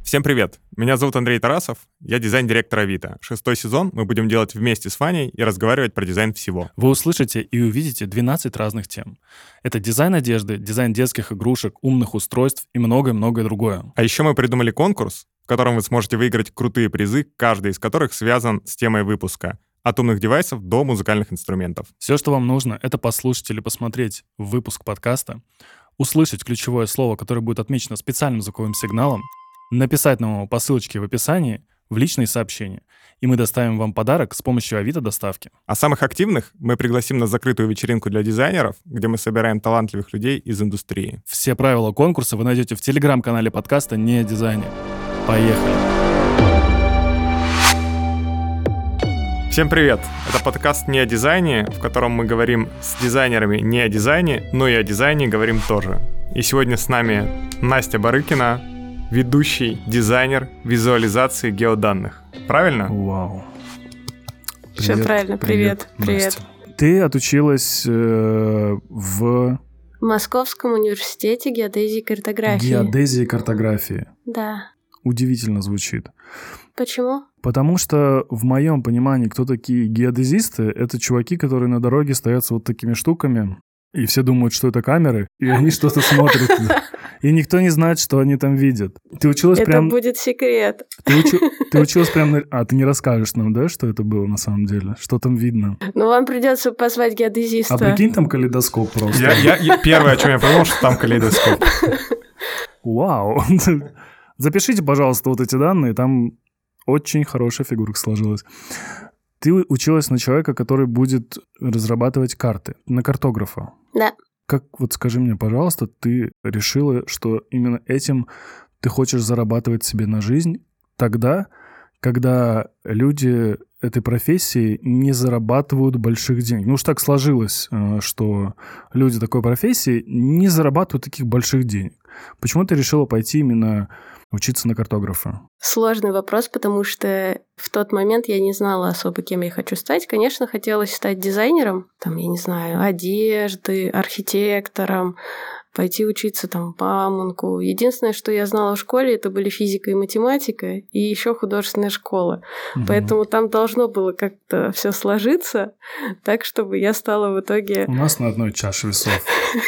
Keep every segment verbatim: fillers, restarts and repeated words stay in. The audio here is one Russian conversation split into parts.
Всем привет! Меня зовут Андрей Тарасов, я дизайн-директор Авито. Шестой сезон мы будем делать вместе с Ваней и разговаривать про дизайн всего. Вы услышите и увидите двенадцать разных тем. Это дизайн одежды, дизайн детских игрушек, умных устройств и многое-многое другое. А еще мы придумали конкурс, в котором вы сможете выиграть крутые призы, каждый из которых связан с темой выпуска. От умных девайсов до музыкальных инструментов. Все, что вам нужно, это послушать или посмотреть выпуск подкаста, услышать ключевое слово, которое будет отмечено специальным звуковым сигналом, написать нам его по ссылочке в описании в личные сообщения, и мы доставим вам подарок с помощью Авито доставки. А самых активных мы пригласим на закрытую вечеринку для дизайнеров, где мы собираем талантливых людей из индустрии. Все правила конкурса вы найдете в телеграм-канале подкаста «Не о дизайне». Поехали! Всем привет! Это подкаст «Не о дизайне», в котором мы говорим с дизайнерами не о дизайне, но и о дизайне говорим тоже. И сегодня с нами Настя Барыкина, ведущий дизайнер визуализации геоданных. Правильно? Вау. Все правильно. Привет. Привет. Настя. Ты отучилась э, в... Московском университете геодезии и картографии. Геодезии и картографии. Да. Удивительно звучит. Почему? Потому что в моем понимании, кто такие геодезисты, это чуваки, которые на дороге стоят с вот такими штуками, и все думают, что это камеры, и они что-то смотрят. И никто не знает, что они там видят. Ты училась это прям... Это будет секрет. Ты, учи... ты училась прям... А, ты не расскажешь нам, да, что это было на самом деле? Что там видно? Ну, вам придется позвать геодезиста. А прикинь, там калейдоскоп просто. Я, я, я, первое, о чем я подумал, что там калейдоскоп. Вау. Запишите, пожалуйста, вот эти данные, там очень хорошая фигурка сложилась. Ты училась на человека, который будет разрабатывать карты, на картографа. Да. Как, вот скажи мне, пожалуйста, ты решила, что именно этим ты хочешь зарабатывать себе на жизнь тогда, когда люди этой профессии не зарабатывают больших денег? Ну уж так сложилось, что люди такой профессии не зарабатывают таких больших денег. Почему ты решила пойти именно учиться на картографа? Сложный вопрос, потому что в тот момент я не знала особо, кем я хочу стать. Конечно, хотелось стать дизайнером, там, я не знаю, одежды, архитектором, пойти учиться там Бауманку. Единственное, что я знала в школе, это были физика и математика, и еще художественная школа. Угу. Поэтому там должно было как-то все сложиться так, чтобы я стала в итоге... У нас на одной чаше весов.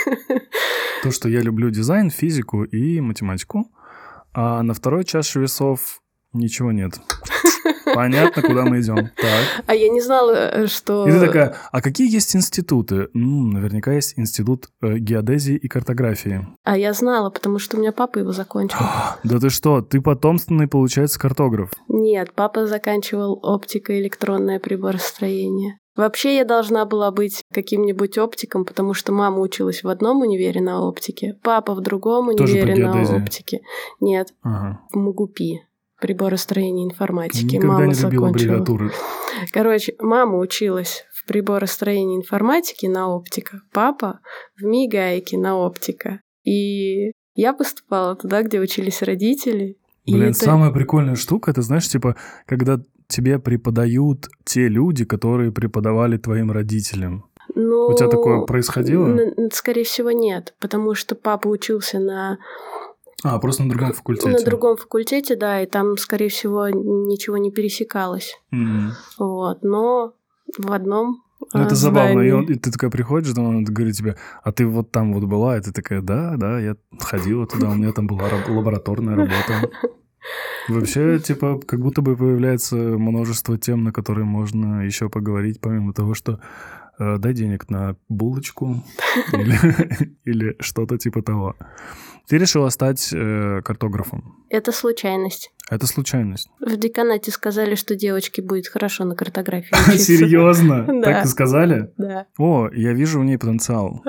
То, что я люблю дизайн, физику и математику, а на второй чаше весов ничего нет. Понятно, куда мы идем. Так. А я не знала, что... И ты такая, а какие есть институты? М-м, наверняка есть институт э, геодезии и картографии. А я знала, потому что у меня папа его закончил. Да ты что, ты потомственный, получается, картограф? Нет, папа заканчивал оптико-электронное приборостроение. Вообще я должна была быть каким-нибудь оптиком, потому что мама училась в одном универе на оптике, папа в другом универе на оптике. Нет, ага. в МУГУПИ. Приборостроение информатики. Никогда мама не любила закончила. аббревиатуры. Короче, мама училась в приборостроении информатики на оптика, папа в МИГАИКе на оптика. И я поступала туда, где учились родители. Блин, это... самая прикольная штука, это, знаешь, типа, когда тебе преподают те люди, которые преподавали твоим родителям. Ну, у тебя такое происходило? Н- скорее всего, нет, потому что папа учился на... А, просто на другом факультете. На другом факультете, да, и там, скорее всего, ничего не пересекалось. Mm-hmm. Вот, но в одном Ну, это здании. забавно, и, он, и ты такая приходишь, он, он говорит тебе, а ты вот там вот была, и ты такая, да, да, я ходила туда, у меня там была лабораторная работа. Вообще, типа, как будто бы появляется множество тем, на которые можно еще поговорить, помимо того, что э, дай денег на булочку или, или что-то типа того. Ты решила стать э, картографом. Это случайность. Это случайность. В деканате сказали, что девочке будет хорошо на картографии учиться. Серьезно? Да. Так и сказали? Да. О, я вижу в ней потенциал.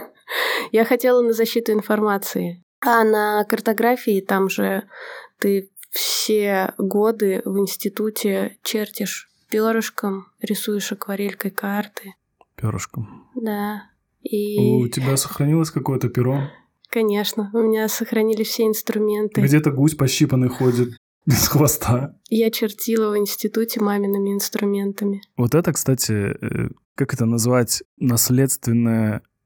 Я хотела на защиту информации. А на картографии там же ты все годы в институте чертишь перышком, рисуешь акварелькой карты. Перышком. Да. И... У тебя сохранилось какое-то перо? Конечно, у меня сохранились все инструменты. Где-то гусь пощипанный ходит без хвоста. Я чертила в институте мамиными инструментами. Вот это, кстати, как это назвать, наследственное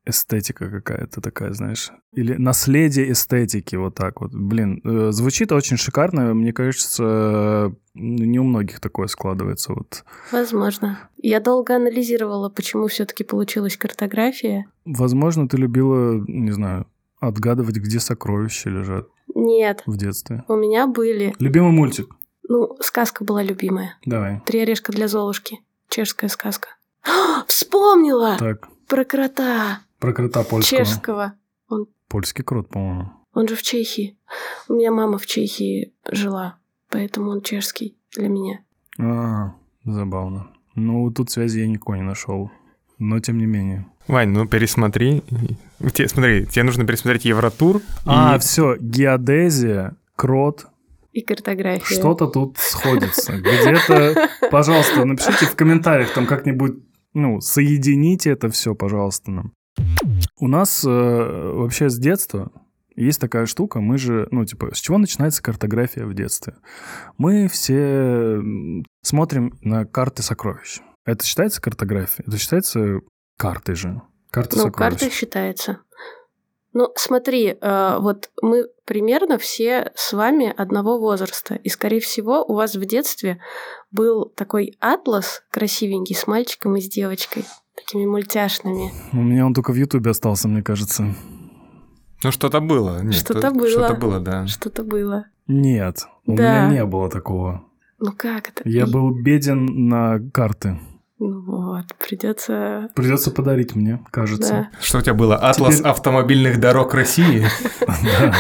эстетика какая-то такая, знаешь. Или наследие эстетики, вот так вот. Блин, э, звучит очень шикарно. Мне кажется, э, не у многих такое складывается. Вот. Возможно. Я долго анализировала, почему все-таки получилась картография. Возможно, ты любила, не знаю, отгадывать, где сокровища лежат. Нет. В детстве. У меня были... Любимый мультик? Ну, сказка была любимая. Давай. «Три орешка для Золушки». Чешская сказка. О, вспомнила! Так. Про крота. Про крота польского. Чешского. Он, Польский крот, по-моему. он же в Чехии. У меня мама в Чехии жила, поэтому он чешский для меня. А, забавно. Ну, тут связи я никакой не нашел. Но тем не менее. Вань, ну пересмотри. Те, смотри, тебе нужно пересмотреть Евротур. А, и... все, геодезия, крот. И картография. Что-то тут сходится. Где-то, пожалуйста, напишите в комментариях, там как-нибудь, ну, соедините это все, пожалуйста, нам. У нас э, вообще с детства есть такая штука, мы же, ну, типа, с чего начинается картография в детстве? Мы все смотрим на карты сокровищ. Это считается картографией? Это считается картой же? Карта Ну, сокровищ. карта считается. Ну, смотри, э, вот мы примерно все с вами одного возраста. И, скорее всего, у вас в детстве был такой атлас красивенький с мальчиком и с девочкой. Такими мультяшными. У меня он только в Ютубе остался, мне кажется. Ну, что-то было. Нет, Что-то то- было. Что-то было, да. Что-то было. Нет, у Да. меня не было такого. Ну как это? Я И- был беден на карты. Ну вот, придется... Придется подарить мне, кажется. Да. Что у тебя было? Атлас Теперь- автомобильных дорог России? Да.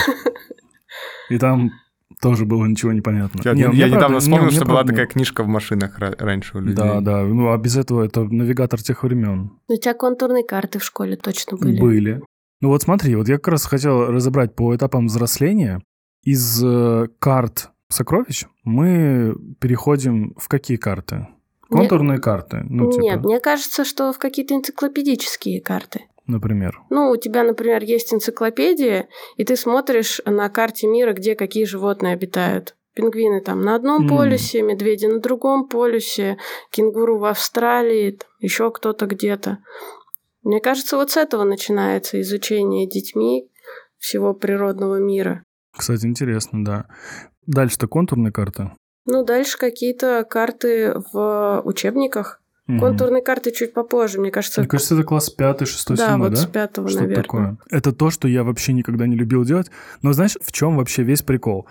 И там тоже было ничего непонятно. Я Не, я мне недавно правда- вспомнил, не, мне что была правда- такая книжка в машинах ра- раньше у людей. Да, да. Ну, а без этого это навигатор тех времен. У тебя контурные карты в школе точно были. Были. Ну вот смотри, вот я как раз хотел разобрать по этапам взросления. Из э, карт сокровищ мы переходим в какие карты? Контурные карты. Ну, типа, Нет, мне кажется, что в какие-то энциклопедические карты. например. Ну, у тебя, например, есть энциклопедия, и ты смотришь на карте мира, где какие животные обитают. Пингвины там на одном М. полюсе, медведи на другом полюсе, кенгуру в Австралии, еще кто-то где-то. Мне кажется, вот с этого начинается изучение детьми всего природного мира. Кстати, интересно, да. Дальше-то контурные карты. Ну, дальше какие-то карты в учебниках. Мгм. Контурные карты чуть попозже, мне кажется. Мне кажется, это класс пятый, шестой, да, седьмой, вот да? с пятого, Что-то наверное. такое. Это то, что я вообще никогда не любил делать. Но знаешь, в чем вообще весь прикол?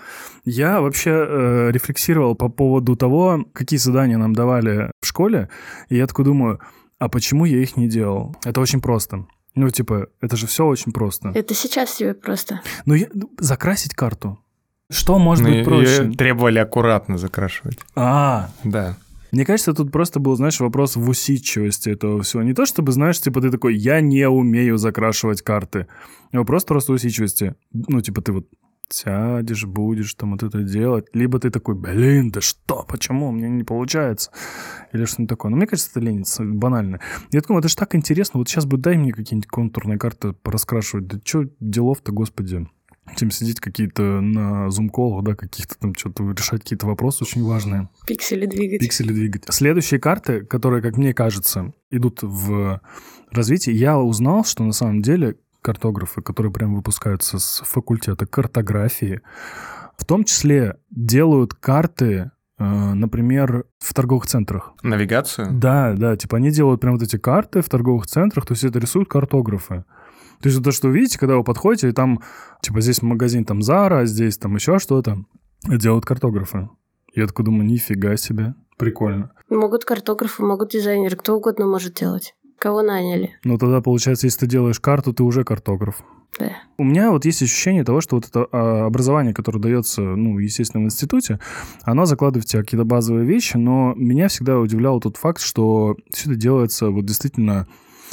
Я вообще э, рефлексировал по поводу того, какие задания нам давали в школе, и я такой думаю, а почему я их не делал? Это очень просто. Ну, типа, это же все очень просто. Это сейчас тебе просто. Ну, я- ну, закрасить карту. Что может Ну, быть проще? её требовали аккуратно закрашивать. А, Да. мне кажется, тут просто был, знаешь, вопрос в усидчивости этого всего. Не то, чтобы, знаешь, типа ты такой, я не умею закрашивать карты. А вопрос просто усидчивости. Ну, типа ты вот сядешь, будешь там вот это делать. Либо ты такой, блин, да что, почему, у меня не получается. Или что-нибудь такое. Но мне кажется, это ленится, банально. Я думаю, это же так интересно. Вот сейчас бы дай мне какие-нибудь контурные карты пораскрашивать. Да что делов-то, господи. Чем сидеть какие-то на зум-колах, да, каких-то там что-то решать какие-то вопросы очень важные. Пиксели двигать. Пиксели двигать. Следующие карты, которые, как мне кажется, идут в развитии, я узнал, что на самом деле картографы, которые прям выпускаются с факультета картографии, в том числе делают карты, э, например, в торговых центрах. Навигацию? Да, да, типа они делают прям вот эти карты в торговых центрах, то есть это рисуют картографы. То есть то, что вы видите, когда вы подходите, и там, типа, здесь магазин там Zara, здесь там еще что-то, делают картографы. Я такой думаю, нифига себе, прикольно. Могут картографы, могут дизайнеры, кто угодно может делать. Кого наняли. Но тогда, получается, если ты делаешь карту, ты уже картограф. Да. У меня вот есть ощущение того, что вот это а, образование, которое дается, ну, естественно, в институте, оно закладывает в тебя какие-то базовые вещи, но меня всегда удивлял тот факт, что все это делается вот действительно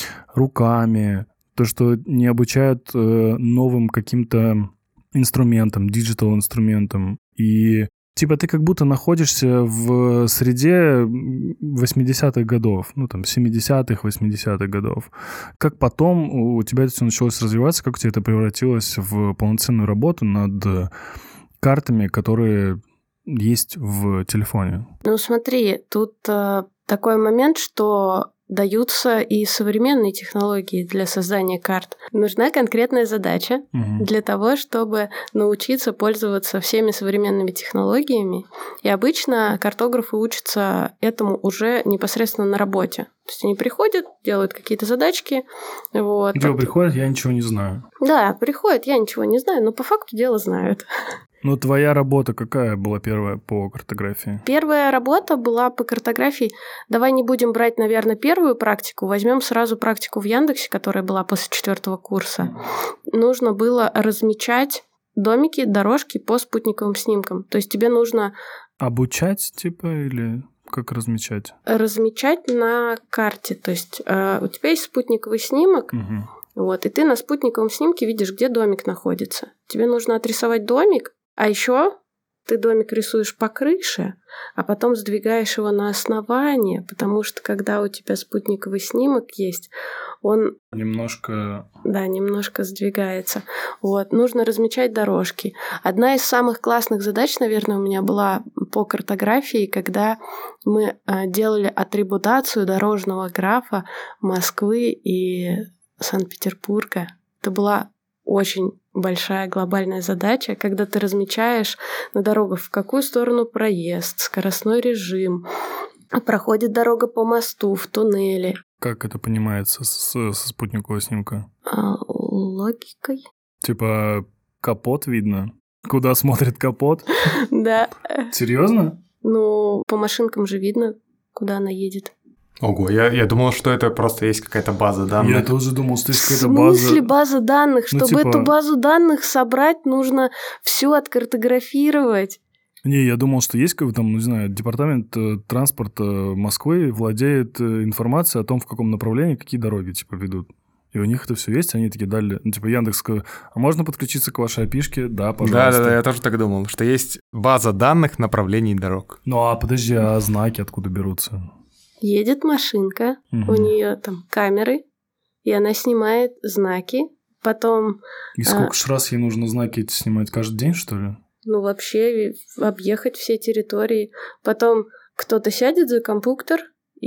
руками, то, что не обучают э, новым каким-то инструментам, диджитал-инструментам. И типа ты как будто находишься в среде восьмидесятых годов, ну там семидесятых, восьмидесятых годов. Как потом у тебя это все началось развиваться, как у тебя это превратилось в полноценную работу над картами, которые есть в телефоне? Ну смотри, тут э, такой момент, что даются и современные технологии для создания карт. Нужна конкретная задача угу. для того, чтобы научиться пользоваться всеми современными технологиями. И обычно картографы учатся этому уже непосредственно на работе. То есть они приходят, делают какие-то задачки. Вот. Где приходят, я ничего не знаю. Да, приходят, я ничего не знаю, но по факту дела знают. Ну, твоя работа какая была первая по картографии? Первая работа была по картографии. Давай не будем брать, наверное, первую практику. Возьмем сразу практику в Яндексе, которая была после четвертого курса. Нужно было размечать домики, дорожки по спутниковым снимкам. То есть тебе нужно... Обучать, типа, или как размечать? Размечать на карте. То есть э, у тебя есть спутниковый снимок, угу. вот, и ты на спутниковом снимке видишь, где домик находится. Тебе нужно отрисовать домик, а еще ты домик рисуешь по крыше, а потом сдвигаешь его на основание, потому что когда у тебя спутниковый снимок есть, он... Немножко... Да, немножко сдвигается. Вот. Нужно размечать дорожки. Одна из самых классных задач, наверное, у меня была по картографии, когда мы делали атрибутацию дорожного графа Москвы и Санкт-Петербурга. Это была очень большая глобальная задача, когда ты размечаешь на дорогах, в какую сторону проезд, скоростной режим, проходит дорога по мосту, в туннеле. Как это понимается с, со спутникового снимка? А, логикой. Типа капот видно? Куда смотрит капот? Да. Серьезно? Ну, по машинкам же видно, куда она едет. Ого, я, я думал, что это просто есть какая-то база данных. Я тоже думал, что есть какая-то база. В смысле база данных? Ну, Чтобы типа... эту базу данных собрать, нужно все откартографировать. Не, я думал, что есть, как там, ну, не знаю, департамент э, транспорта Москвы владеет э, информацией о том, в каком направлении какие дороги, типа, ведут. И у них это все есть, они такие дали, ну, типа, Яндекс сказал, а можно подключиться к вашей эй пи ай-шке? Да, пожалуйста. Да-да-да, я тоже так думал, что есть база данных направлений дорог. Ну, а подожди, а знаки откуда берутся? Едет машинка, угу. у нее там камеры, и она снимает знаки, потом... И сколько а... ж раз ей нужно знаки эти снимать? Каждый день, что ли? Ну, вообще объехать все территории. Потом кто-то сядет за компьютер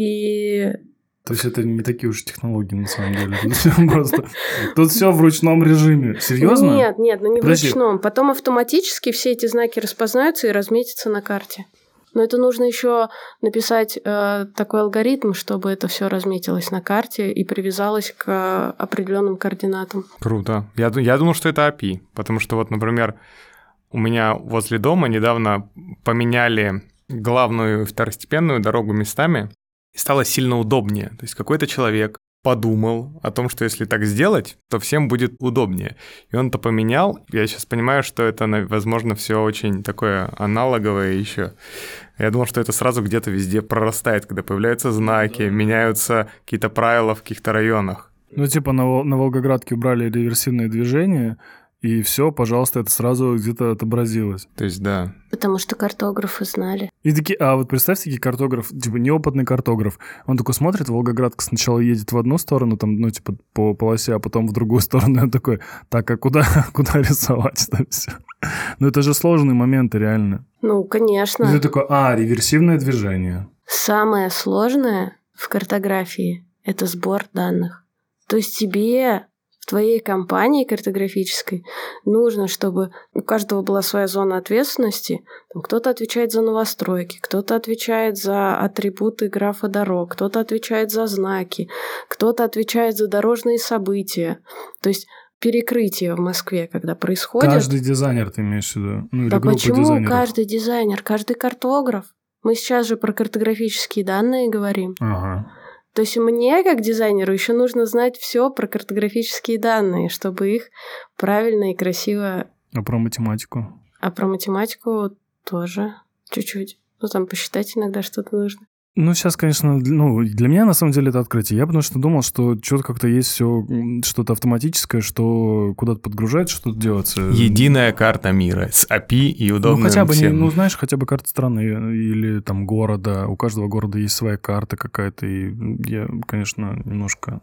и... То есть это не такие уж технологии, на самом деле. Просто тут все в ручном режиме. Серьезно? Нет, нет, ну не в ручном. Потом автоматически все эти знаки распознаются и разметятся на карте. Но это нужно еще написать э, такой алгоритм, чтобы это все разметилось на карте и привязалось к определенным координатам. Круто. Я, я думал, что это эй пи ай, потому что вот, например, у меня возле дома недавно поменяли главную и второстепенную дорогу местами, и стало сильно удобнее. То есть какой-то человек подумал о том, что если так сделать, то всем будет удобнее. И он это поменял. Я сейчас понимаю, что это, возможно, все очень такое аналоговое еще. Я думал, что это сразу где-то везде прорастает, когда появляются знаки, меняются какие-то правила в каких-то районах. Ну, типа на, на Волгоградке убрали реверсивные движения, и все, пожалуйста, это сразу где-то отобразилось. То есть, да. Потому что картографы знали. И такие, а вот представьте, такие картограф, типа неопытный картограф, он такой смотрит, Волгоградка сначала едет в одну сторону, там, ну, типа по полосе, а потом в другую сторону, и он такой, так, а куда, куда рисовать это все? Ну, это же сложные моменты, реально. Ну, конечно. И ты такой, а, реверсивное движение. Самое сложное в картографии – это сбор данных. То есть тебе... В твоей компании картографической нужно, чтобы у каждого была своя зона ответственности. Там кто-то отвечает за новостройки, кто-то отвечает за атрибуты графа дорог, кто-то отвечает за знаки, кто-то отвечает за дорожные события. То есть перекрытие в Москве, когда происходит... Каждый дизайнер ты имеешь в виду? Ну, или да группа почему дизайнеров? Каждый дизайнер, каждый картограф? Мы сейчас же про картографические данные говорим. Ага. То есть мне, как дизайнеру, еще нужно знать все про картографические данные, чтобы их правильно и красиво... А про математику? А про математику тоже чуть-чуть. Ну, там посчитать иногда что-то нужно. Ну, сейчас, конечно, ну, для меня, на самом деле, это открытие. Я потому что думал, что что-то как-то есть все что-то автоматическое, что куда-то подгружать, что-то делается. Единая карта мира с эй пи ай и удобная Ну, хотя бы, всем. Не, ну, знаешь, хотя бы карта страны или там города. У каждого города есть своя карта какая-то, и я, конечно, немножко...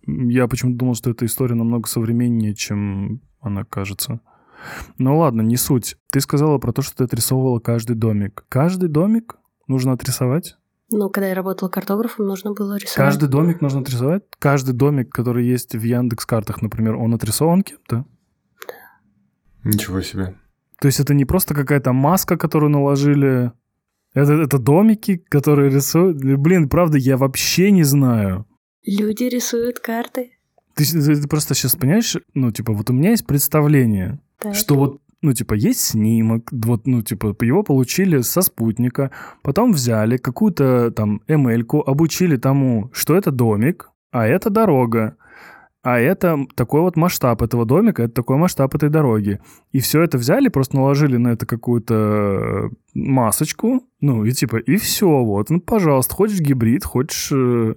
Я почему-то думал, что эта история намного современнее, чем она кажется. Ну, ладно, не суть. Ты сказала про то, что ты отрисовывала каждый домик. Каждый домик нужно отрисовать? Ну, когда я работала картографом, нужно было рисовать. Каждый домик нужно отрисовать? Каждый домик, который есть в Яндекс.Картах, например, он отрисован кем-то? Ничего себе. То есть это не просто какая-то маска, которую наложили... Это, это домики, которые рисуют... Блин, правда, я вообще не знаю. Люди рисуют карты. Ты, ты, ты просто сейчас понимаешь, ну, типа, вот у меня есть представление, Так. что вот, ну, типа, есть снимок, вот, ну, типа, его получили со спутника, потом взяли какую-то там эм эль-ку, обучили тому, что это домик, а это дорога. А это такой вот масштаб этого домика, это такой масштаб этой дороги. И все это взяли, просто наложили на это какую-то масочку, ну, и типа, и все, вот, ну, пожалуйста, хочешь гибрид, хочешь...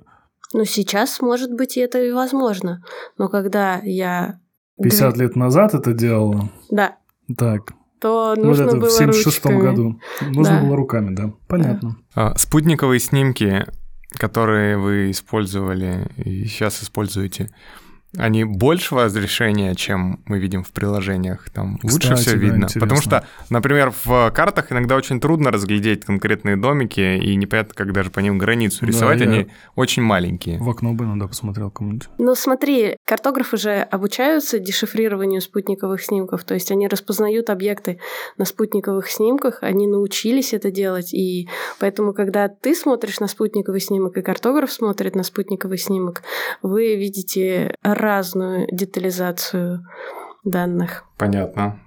Ну, сейчас, может быть, и это и возможно. Но когда я... пятьдесят лет назад это делала? Да. Так. То нужно вот это было в семьдесят шестом ручками. году. Нужно Да. было руками, да. Понятно. А, спутниковые снимки, которые вы использовали и сейчас используете, они большего разрешения, чем мы видим в приложениях? Там лучше Кстати, все да, видно. интересно. Потому что, например, в картах иногда очень трудно разглядеть конкретные домики, и непонятно, как даже по ним границу рисовать. Да, я- Они очень маленькие. В окно бы иногда посмотрел кому-нибудь. Ну, смотри, картографы же обучаются дешифрированию спутниковых снимков, то есть они распознают объекты на спутниковых снимках, они научились это делать, и поэтому, когда ты смотришь на спутниковый снимок и картограф смотрит на спутниковый снимок, вы видите разную детализацию данных. Понятно.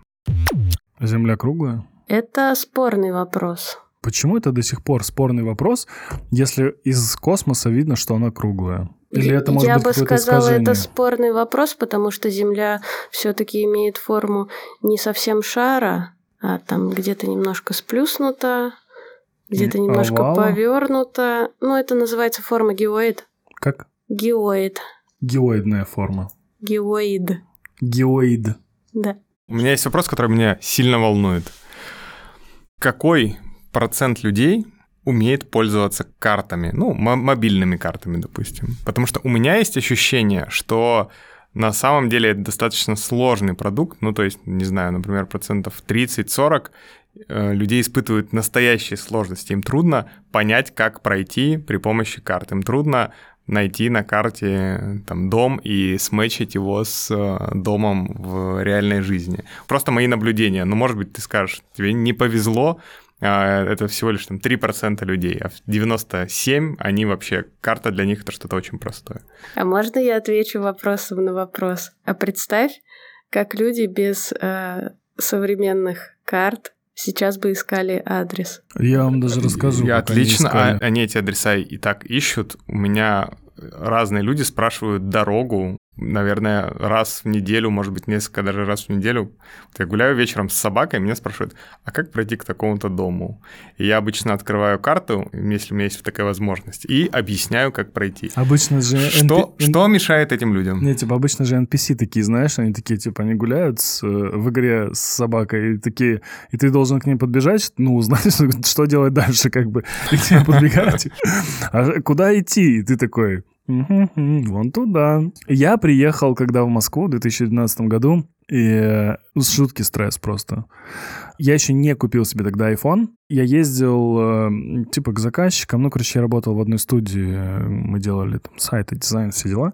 Земля круглая? Это спорный вопрос. Почему это до сих пор спорный вопрос, если из космоса видно, что она круглая? Или это может Я быть бы какое-то сказала, искажение? это спорный вопрос, потому что Земля все-таки имеет форму не совсем шара, а там где-то немножко сплюснута, где-то М, немножко овала? повернута. Ну, это называется форма геоид. Как? Геоид. Геоидная форма. Геоид. Геоид. Да. У меня есть вопрос, который меня сильно волнует. Какой процент людей умеет пользоваться картами? Ну, м- мобильными картами, допустим. Потому что у меня есть ощущение, что на самом деле это достаточно сложный продукт. Ну, то есть, не знаю, например, процентов тридцать-сорок э, людей испытывают настоящие сложности. Им трудно понять, как пройти при помощи карт. Им трудно найти на карте там, дом и сметчить его с э, домом в реальной жизни. Просто мои наблюдения. Ну, может быть, ты скажешь, тебе не повезло, э, это всего лишь там, три процента людей, а в девяносто семь процентов они вообще, карта для них это что-то очень простое. А можно я отвечу вопросом на вопрос? А представь, как люди без э, современных карт сейчас бы искали адрес. Я вам даже расскажу. Я как они отлично, искали. а, они эти адреса и так ищут. У меня разные люди спрашивают дорогу, наверное, раз в неделю, может быть, несколько даже раз в неделю. Вот я гуляю вечером с собакой, меня спрашивают, а как пройти к такому-то дому? И я обычно открываю карту, если у меня есть такая возможность, и объясняю, как пройти. Обычно же... Что, эн пи что мешает этим людям? Не, типа, обычно же эн пи си такие, знаешь, они такие, типа, они гуляют с, э, в игре с собакой, и такие, и ты должен к ним подбежать, ну, узнать, что делать дальше, как бы, и к тебе подбегать. А куда идти? И ты такой, «Мгм, вон туда. Я приехал, когда в Москву в две тысячи двенадцатом году, и ну, жуткий стресс просто. Я еще не купил себе тогда iPhone. Я ездил, э, типа, к заказчикам. Ну, короче, я работал в одной студии. Мы делали там сайты, дизайн, все дела.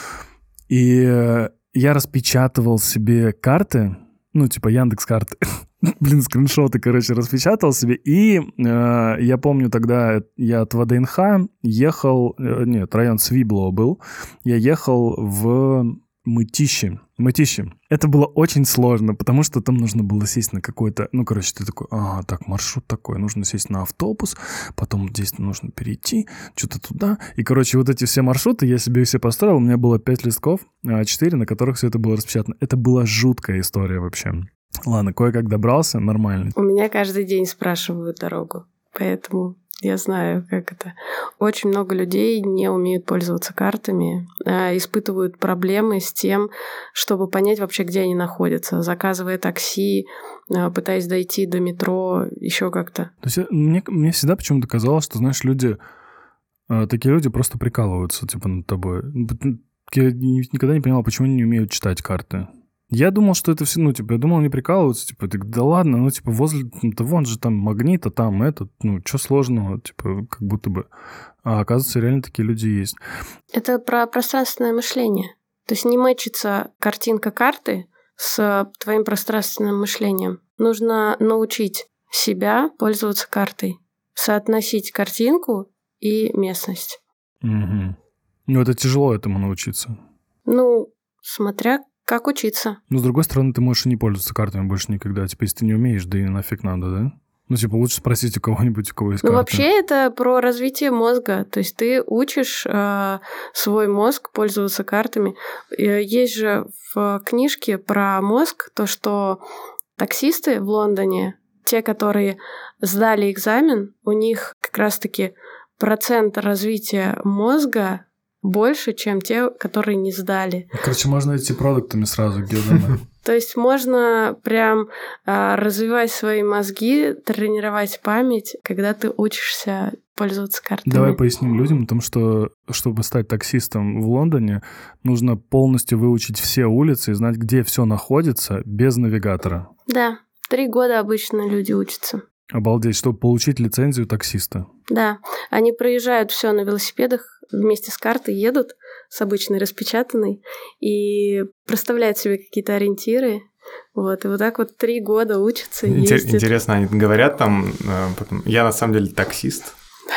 И э, я распечатывал себе карты, ну, типа, Яндекс.Карты. Блин, скриншоты, короче, распечатал себе. И э, я помню тогда, я от вэ дэ эн ха ехал... Э, нет, район Свиблово был. Я ехал в Мытищи. Мытищи. Это было очень сложно, потому что там нужно было сесть на какой-то... Ну, короче, ты такой, ага, так, маршрут такой. Нужно сесть на автобус, потом здесь нужно перейти, что-то туда. И, короче, вот эти все маршруты я себе все построил. У меня было пять листков, а четыре, на которых все это было распечатано. Это была жуткая история вообще. Ладно, кое-как добрался, нормально. У меня каждый день спрашивают дорогу, поэтому я знаю, как это. Очень много людей не умеют пользоваться картами, а испытывают проблемы с тем, чтобы понять вообще, где они находятся, заказывая такси, пытаясь дойти до метро, еще как-то. То есть мне, мне всегда почему-то казалось, что, знаешь, люди, такие люди просто прикалываются, типа, над тобой. Я никогда не понимал, почему они не умеют читать карты. Я думал, что это все, ну, типа, я думал, они прикалываются, типа, так, да ладно, ну, типа, возле, да вон же там магнит, а там этот, ну, что сложного, типа, как будто бы. А оказывается, реально такие люди есть. Это про пространственное мышление. То есть не мэчится картинка карты с твоим пространственным мышлением. Нужно научить себя пользоваться картой, соотносить картинку и местность. Угу. Ну, это тяжело этому научиться. Ну, смотря как учиться. Но, с другой стороны, ты можешь и не пользоваться картами больше никогда. Типа, если ты не умеешь, да и нафиг надо, да? Ну, типа, лучше спросить у кого-нибудь, у кого есть Ну, карты. вообще это про развитие мозга. То есть ты учишь э, свой мозг пользоваться картами. Есть же в книжке про мозг то, что таксисты в Лондоне, те, которые сдали экзамен, у них как раз-таки процент развития мозга больше, чем те, которые не сдали. Короче, можно идти продуктами сразу, геодомы. То есть можно прям а, развивать свои мозги, тренировать память, когда ты учишься пользоваться картами. Давай поясним людям о том, что чтобы стать таксистом в Лондоне, нужно полностью выучить все улицы и знать, где все находится без навигатора. Да, три года обычно люди учатся. Обалдеть, чтобы получить лицензию таксиста. Да, они проезжают все на велосипедах, вместе с картой едут, с обычной распечатанной, и проставляют себе какие-то ориентиры. Вот, и вот так вот три года учатся, Интер- ездят. Интересно, они говорят там, э, потом, я на самом деле таксист.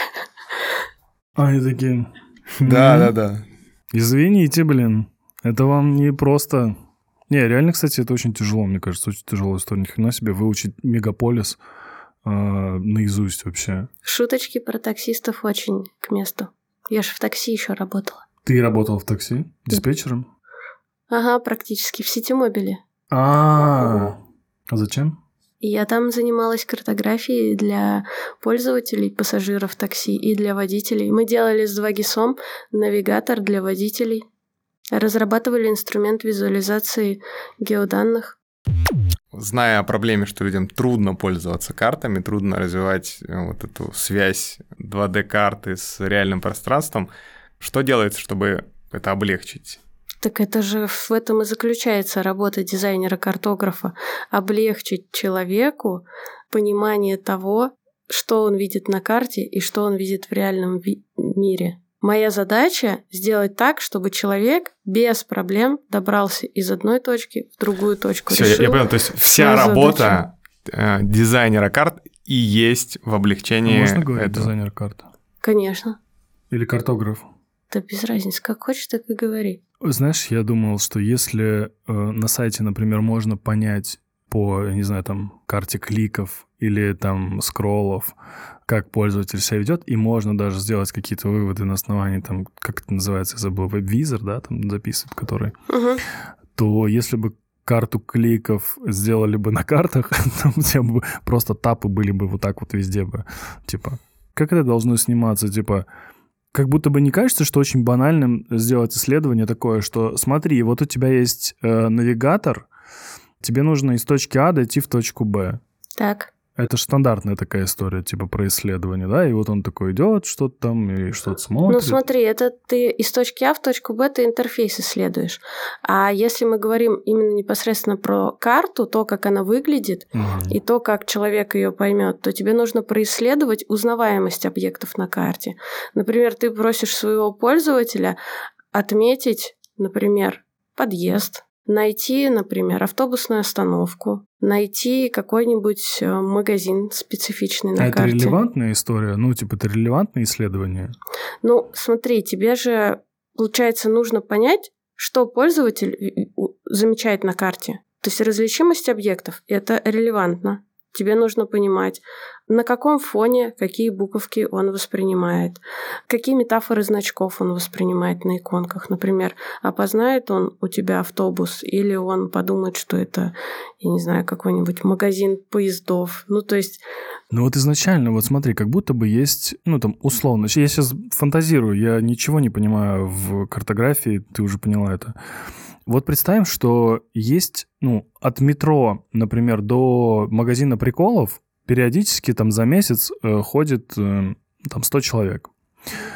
А, они такие... Да, да, да. Извините, блин, это вам не просто... Не, реально, кстати, это очень тяжело, мне кажется, очень тяжелая история. Ни хрена себе выучить мегаполис э, наизусть вообще. Шуточки про таксистов очень к месту. Я же в такси еще работала. Ты работал в такси? Диспетчером? Ага, практически в Ситимобиле. А, а зачем? И я там занималась картографией для пользователей, пассажиров такси и для водителей. Мы делали с два гисом навигатор для водителей. Разрабатывали инструмент визуализации геоданных. Зная о проблеме, что людям трудно пользоваться картами, трудно развивать вот эту связь два дэ-карты с реальным пространством, что делается, чтобы это облегчить? Так это же в этом и заключается работа дизайнера-картографа. Облегчить человеку понимание того, что он видит на карте и что он видит в реальном ви- мире. Моя задача сделать так, чтобы человек без проблем добрался из одной точки в другую точку. Все, я, я понял, то есть вся работа э, дизайнера карт и есть в облегчении. А можно говорить этого? Дизайнер карт? Конечно. Или картограф? Да без разницы, как хочешь, так и говори. Знаешь, я думал, что если э, на сайте, например, можно понять по, я не знаю, там, карте кликов или там скроллов, как пользователь себя ведет, и можно даже сделать какие-то выводы на основании, там, как это называется, я забыл, веб-визор, да, там записывает, который, Угу. то если бы карту кликов сделали бы на картах, то у тебя бы просто тапы были бы вот так вот везде бы. Типа, как это должно сниматься? Типа, как будто бы не кажется, что очень банальным сделать исследование такое, что смотри, вот у тебя есть э, навигатор, тебе нужно из точки А дойти в точку Б. Так. Это же стандартная такая история, типа про исследование, да? И вот он такой идет, что-то там, и что-то смотрит. Ну смотри, это ты из точки А в точку Б ты интерфейс исследуешь. А если мы говорим именно непосредственно про карту, то, как она выглядит, Угу. и то, как человек ее поймет, то тебе нужно происследовать узнаваемость объектов на карте. Например, ты просишь своего пользователя отметить, например, подъезд, найти, например, автобусную остановку, найти какой-нибудь магазин специфичный на а карте. это релевантная история? Ну, типа, это релевантное исследование? Ну, смотри, тебе же, получается, нужно понять, что пользователь замечает на карте. То есть различимость объектов – это релевантно. Тебе нужно понимать, на каком фоне какие буковки он воспринимает, какие метафоры значков он воспринимает на иконках. Например, опознает он у тебя автобус или он подумает, что это, я не знаю, какой-нибудь магазин поездов. Ну, то есть... Ну вот изначально, вот смотри, как будто бы есть, ну там условно, я сейчас фантазирую, я ничего не понимаю в картографии, ты уже поняла это. Вот представим, что есть, ну, от метро, например, до магазина приколов периодически там за месяц э, ходит э, там сто человек.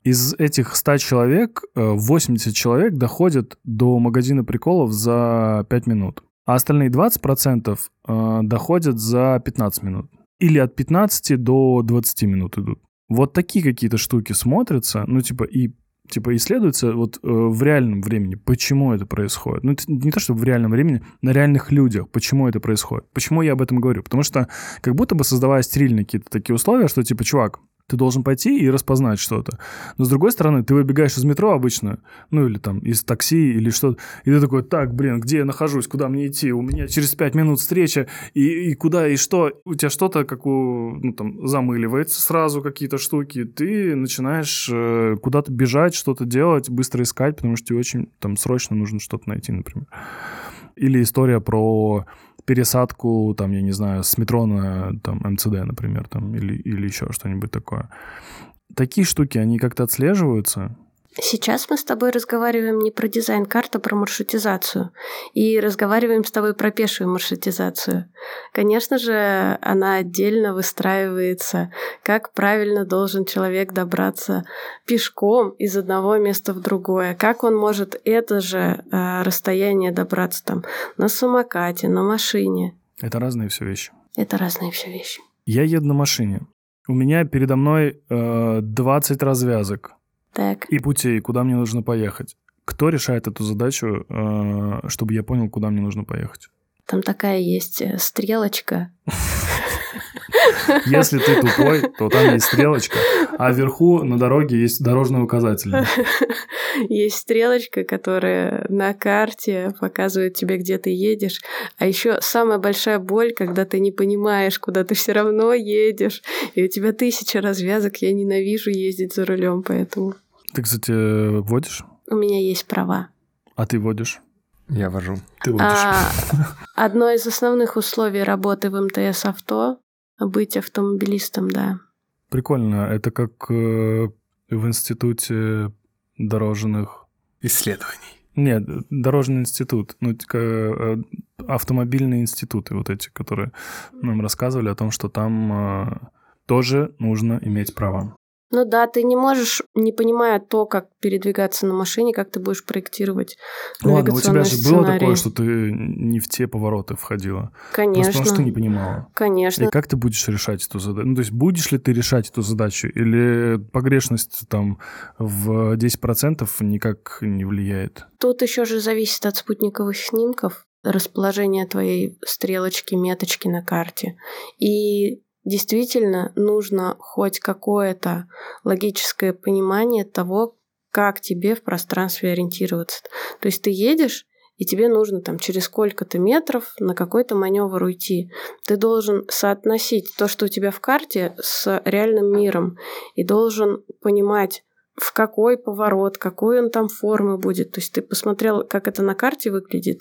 Из этих ста человек восемьдесят человек доходят до магазина приколов за пять минут, а остальные двадцать процентов доходят за пятнадцать минут. Или от пятнадцати до двадцати минут идут. Вот такие какие-то штуки смотрятся, ну, типа, и типа исследуется вот э, в реальном времени, почему это происходит. Ну, это не то, что в реальном времени, на реальных людях, почему это происходит. Почему я об этом говорю? Потому что как будто бы создавая стерильные какие-то такие условия, что типа, чувак, ты должен пойти и распознать что-то. Но с другой стороны, ты выбегаешь из метро обычно, ну или там из такси или что-то, и ты такой, так, блин, где я нахожусь, куда мне идти? У меня через пять минут встреча, и, и куда, и что? У тебя что-то, как у, ну там, замыливается сразу какие-то штуки, ты начинаешь э, куда-то бежать, что-то делать, быстро искать, потому что тебе очень там срочно нужно что-то найти, например. Или история про пересадку, там, я не знаю, с метро на там, эм цэ дэ, например, там, или, или еще что-нибудь такое. Такие штуки, они как-то отслеживаются. Сейчас мы с тобой разговариваем не про дизайн-карт, а про маршрутизацию. И разговариваем с тобой про пешую маршрутизацию. Конечно же, она отдельно выстраивается, как правильно должен человек добраться пешком из одного места в другое, как он может это же э, расстояние добраться там на самокате, на машине. Это разные все вещи. Это разные все вещи. Я еду на машине. У меня передо мной э, двадцать развязок. Так. И путей, куда мне нужно поехать. Кто решает эту задачу, чтобы я понял, куда мне нужно поехать? Там такая есть стрелочка. Если ты тупой, то там есть стрелочка, а вверху на дороге есть дорожный указатель. Есть стрелочка, которая на карте показывает тебе, где ты едешь. А еще самая большая боль, когда ты не понимаешь, куда ты все равно едешь, и у тебя тысяча развязок. Я ненавижу ездить за рулем, поэтому. Ты, кстати, водишь? У меня есть права. А ты водишь? Я вожу. Ты водишь. А, одно из основных условий работы в эм тэ эс авто — быть автомобилистом, да. Прикольно. Это как э, в институте дорожных... Исследований. Нет, дорожный институт. Ну, э, автомобильные институты вот эти, которые нам рассказывали о том, что там э, тоже нужно иметь права. Ну да, ты не можешь, не понимая то, как передвигаться на машине, как ты будешь проектировать навигационные Ладно, у тебя же сценарии. было такое, что ты не в те повороты входила? Конечно. Просто потому что ты не понимала. Конечно. И как ты будешь решать эту задачу? Ну, то есть будешь ли ты решать эту задачу? Или погрешность там в десять процентов никак не влияет? Тут еще же зависит от спутниковых снимков, расположения твоей стрелочки, меточки на карте. И действительно нужно хоть какое-то логическое понимание того, как тебе в пространстве ориентироваться. То есть ты едешь, и тебе нужно там через сколько-то метров на какой-то маневр уйти. Ты должен соотносить то, что у тебя в карте, с реальным миром, и должен понимать, в какой поворот, какой он там формы будет. То есть ты посмотрел, как это на карте выглядит,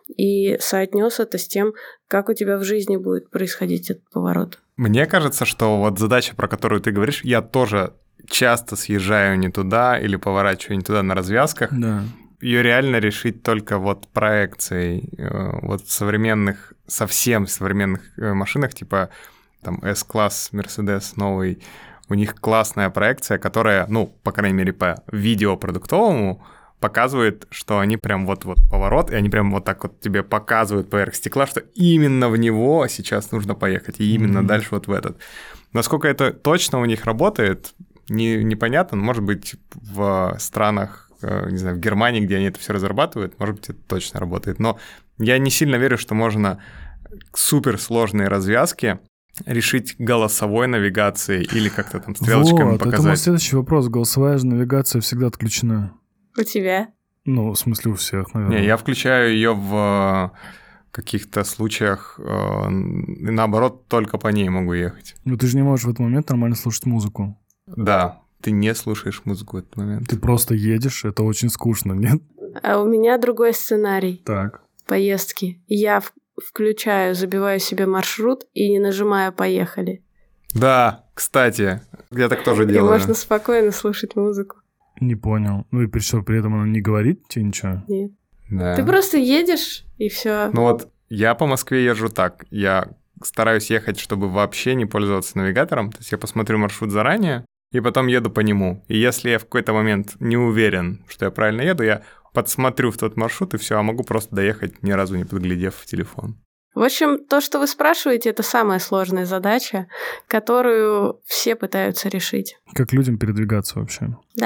и соотнес это с тем, как у тебя в жизни будет происходить этот поворот. Мне кажется, что вот задача, про которую ты говоришь, я тоже часто съезжаю не туда или поворачиваю не туда на развязках. Да. Ее реально решить только вот проекцией. Вот в современных, совсем современных машинах, типа там S-класс, Mercedes новый, у них классная проекция, которая, ну, по крайней мере, по видеопродуктовому показывает, что они прям вот-вот поворот, и они прям вот так вот тебе показывают поверх стекла, что именно в него сейчас нужно поехать, и именно mm-hmm. дальше вот в этот. Насколько это точно у них работает, не, непонятно. Может быть, в странах, не знаю, в Германии, где они это все разрабатывают, может быть, это точно работает. Но я не сильно верю, что можно суперсложные развязки решить голосовой навигацией или как-то там стрелочками вот, показать. Это мой следующий вопрос. Голосовая же навигация всегда отключена. У тебя? Ну, в смысле у всех, наверное. Не, я включаю ее в каких-то случаях, э, наоборот, только по ней могу ехать. Ну, ты же не можешь в этот момент нормально слушать музыку. Да, ты не слушаешь музыку в этот момент. Ты просто едешь, это очень скучно, нет? А у меня другой сценарий. Так. Поездки. Я в- включаю, забиваю себе маршрут и не нажимаю «Поехали». Да, кстати, я так тоже И делаю. можно спокойно слушать музыку. Не понял. Ну и при что, при этом она не говорит тебе ничего? Нет. Да. Ты просто едешь, и все. Ну вот, я по Москве езжу так. Я стараюсь ехать, чтобы вообще не пользоваться навигатором. То есть я посмотрю маршрут заранее, и потом еду по нему. И если я в какой-то момент не уверен, что я правильно еду, я подсмотрю в тот маршрут, и все, а могу просто доехать, ни разу не подглядев в телефон. В общем, то, что вы спрашиваете, это самая сложная задача, которую все пытаются решить. Как людям передвигаться вообще? Да.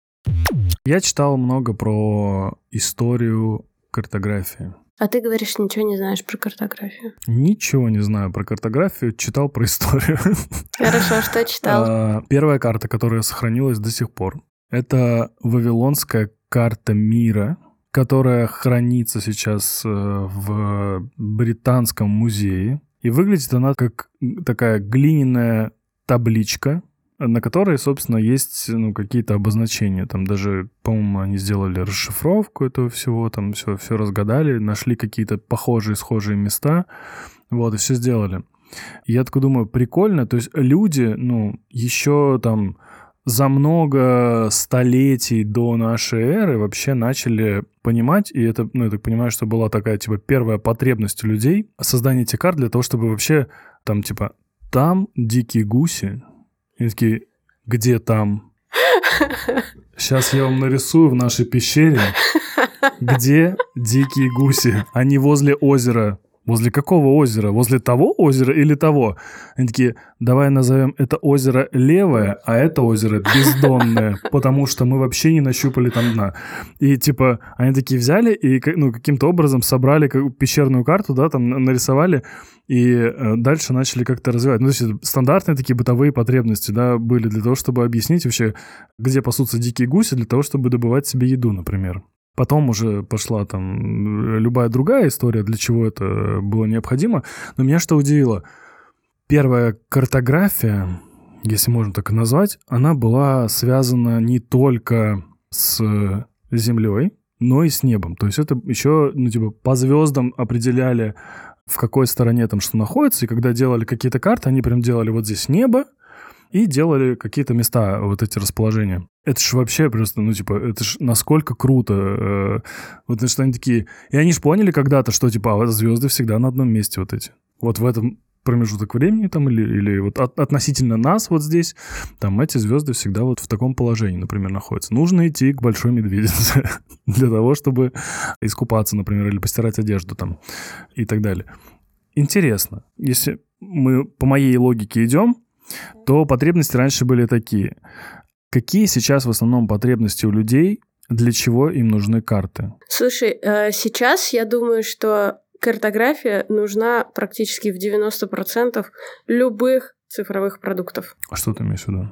Я читал много про историю картографии. А ты говоришь, ничего не знаешь про картографию. Ничего не знаю про картографию, читал про историю. Хорошо, что читал? Первая карта, которая сохранилась до сих пор, это Вавилонская карта мира, которая хранится сейчас в Британском музее. И выглядит она как такая глиняная табличка, на которой, собственно, есть ну, какие-то обозначения. Там даже, по-моему, они сделали расшифровку этого всего, там все, все разгадали, нашли какие-то похожие, схожие места, вот, и все сделали. И я такой думаю, прикольно, то есть люди, ну, еще там за много столетий до нашей эры вообще начали понимать, и это, ну, я так понимаю, что была такая, типа, первая потребность у людей создание этих карт для того, чтобы вообще там, типа, там дикие гуси. И такие, где там? Сейчас я вам нарисую в нашей пещере, где дикие гуси. Они возле озера. Возле какого озера? Возле того озера или того? Они такие, давай назовем это озеро левое, а это озеро бездонное, потому что мы вообще не нащупали там дна. И типа они такие взяли и ну, каким-то образом собрали пещерную карту, да, там нарисовали, и дальше начали как-то развивать. Ну, то есть стандартные такие бытовые потребности, да, были для того, чтобы объяснить вообще, где пасутся дикие гуси, для того, чтобы добывать себе еду, например. Потом уже пошла там любая другая история, для чего это было необходимо. Но меня что удивило, первая картография, если можно так и назвать, она была связана не только с Землей, но и с небом. То есть это еще, ну, типа, по звездам определяли, в какой стороне там что находится. И когда делали какие-то карты, они прям делали вот здесь небо, и делали какие-то места, вот эти расположения. Это ж вообще просто, ну, типа, это ж насколько круто. Вот что они такие... И они ж поняли когда-то, что, типа, а звезды всегда на одном месте вот эти. Вот в этом промежуток времени там или, или вот от, относительно нас вот здесь, там эти звезды всегда вот в таком положении, например, находятся. Нужно идти к Большой Медведице для того, чтобы искупаться, например, или постирать одежду там и так далее. Интересно. Если мы по моей логике идем, то потребности раньше были такие. Какие сейчас в основном потребности у людей, для чего им нужны карты? Слушай, сейчас я думаю, что картография нужна практически в девяносто процентов любых цифровых продуктов. А что ты имеешь в виду?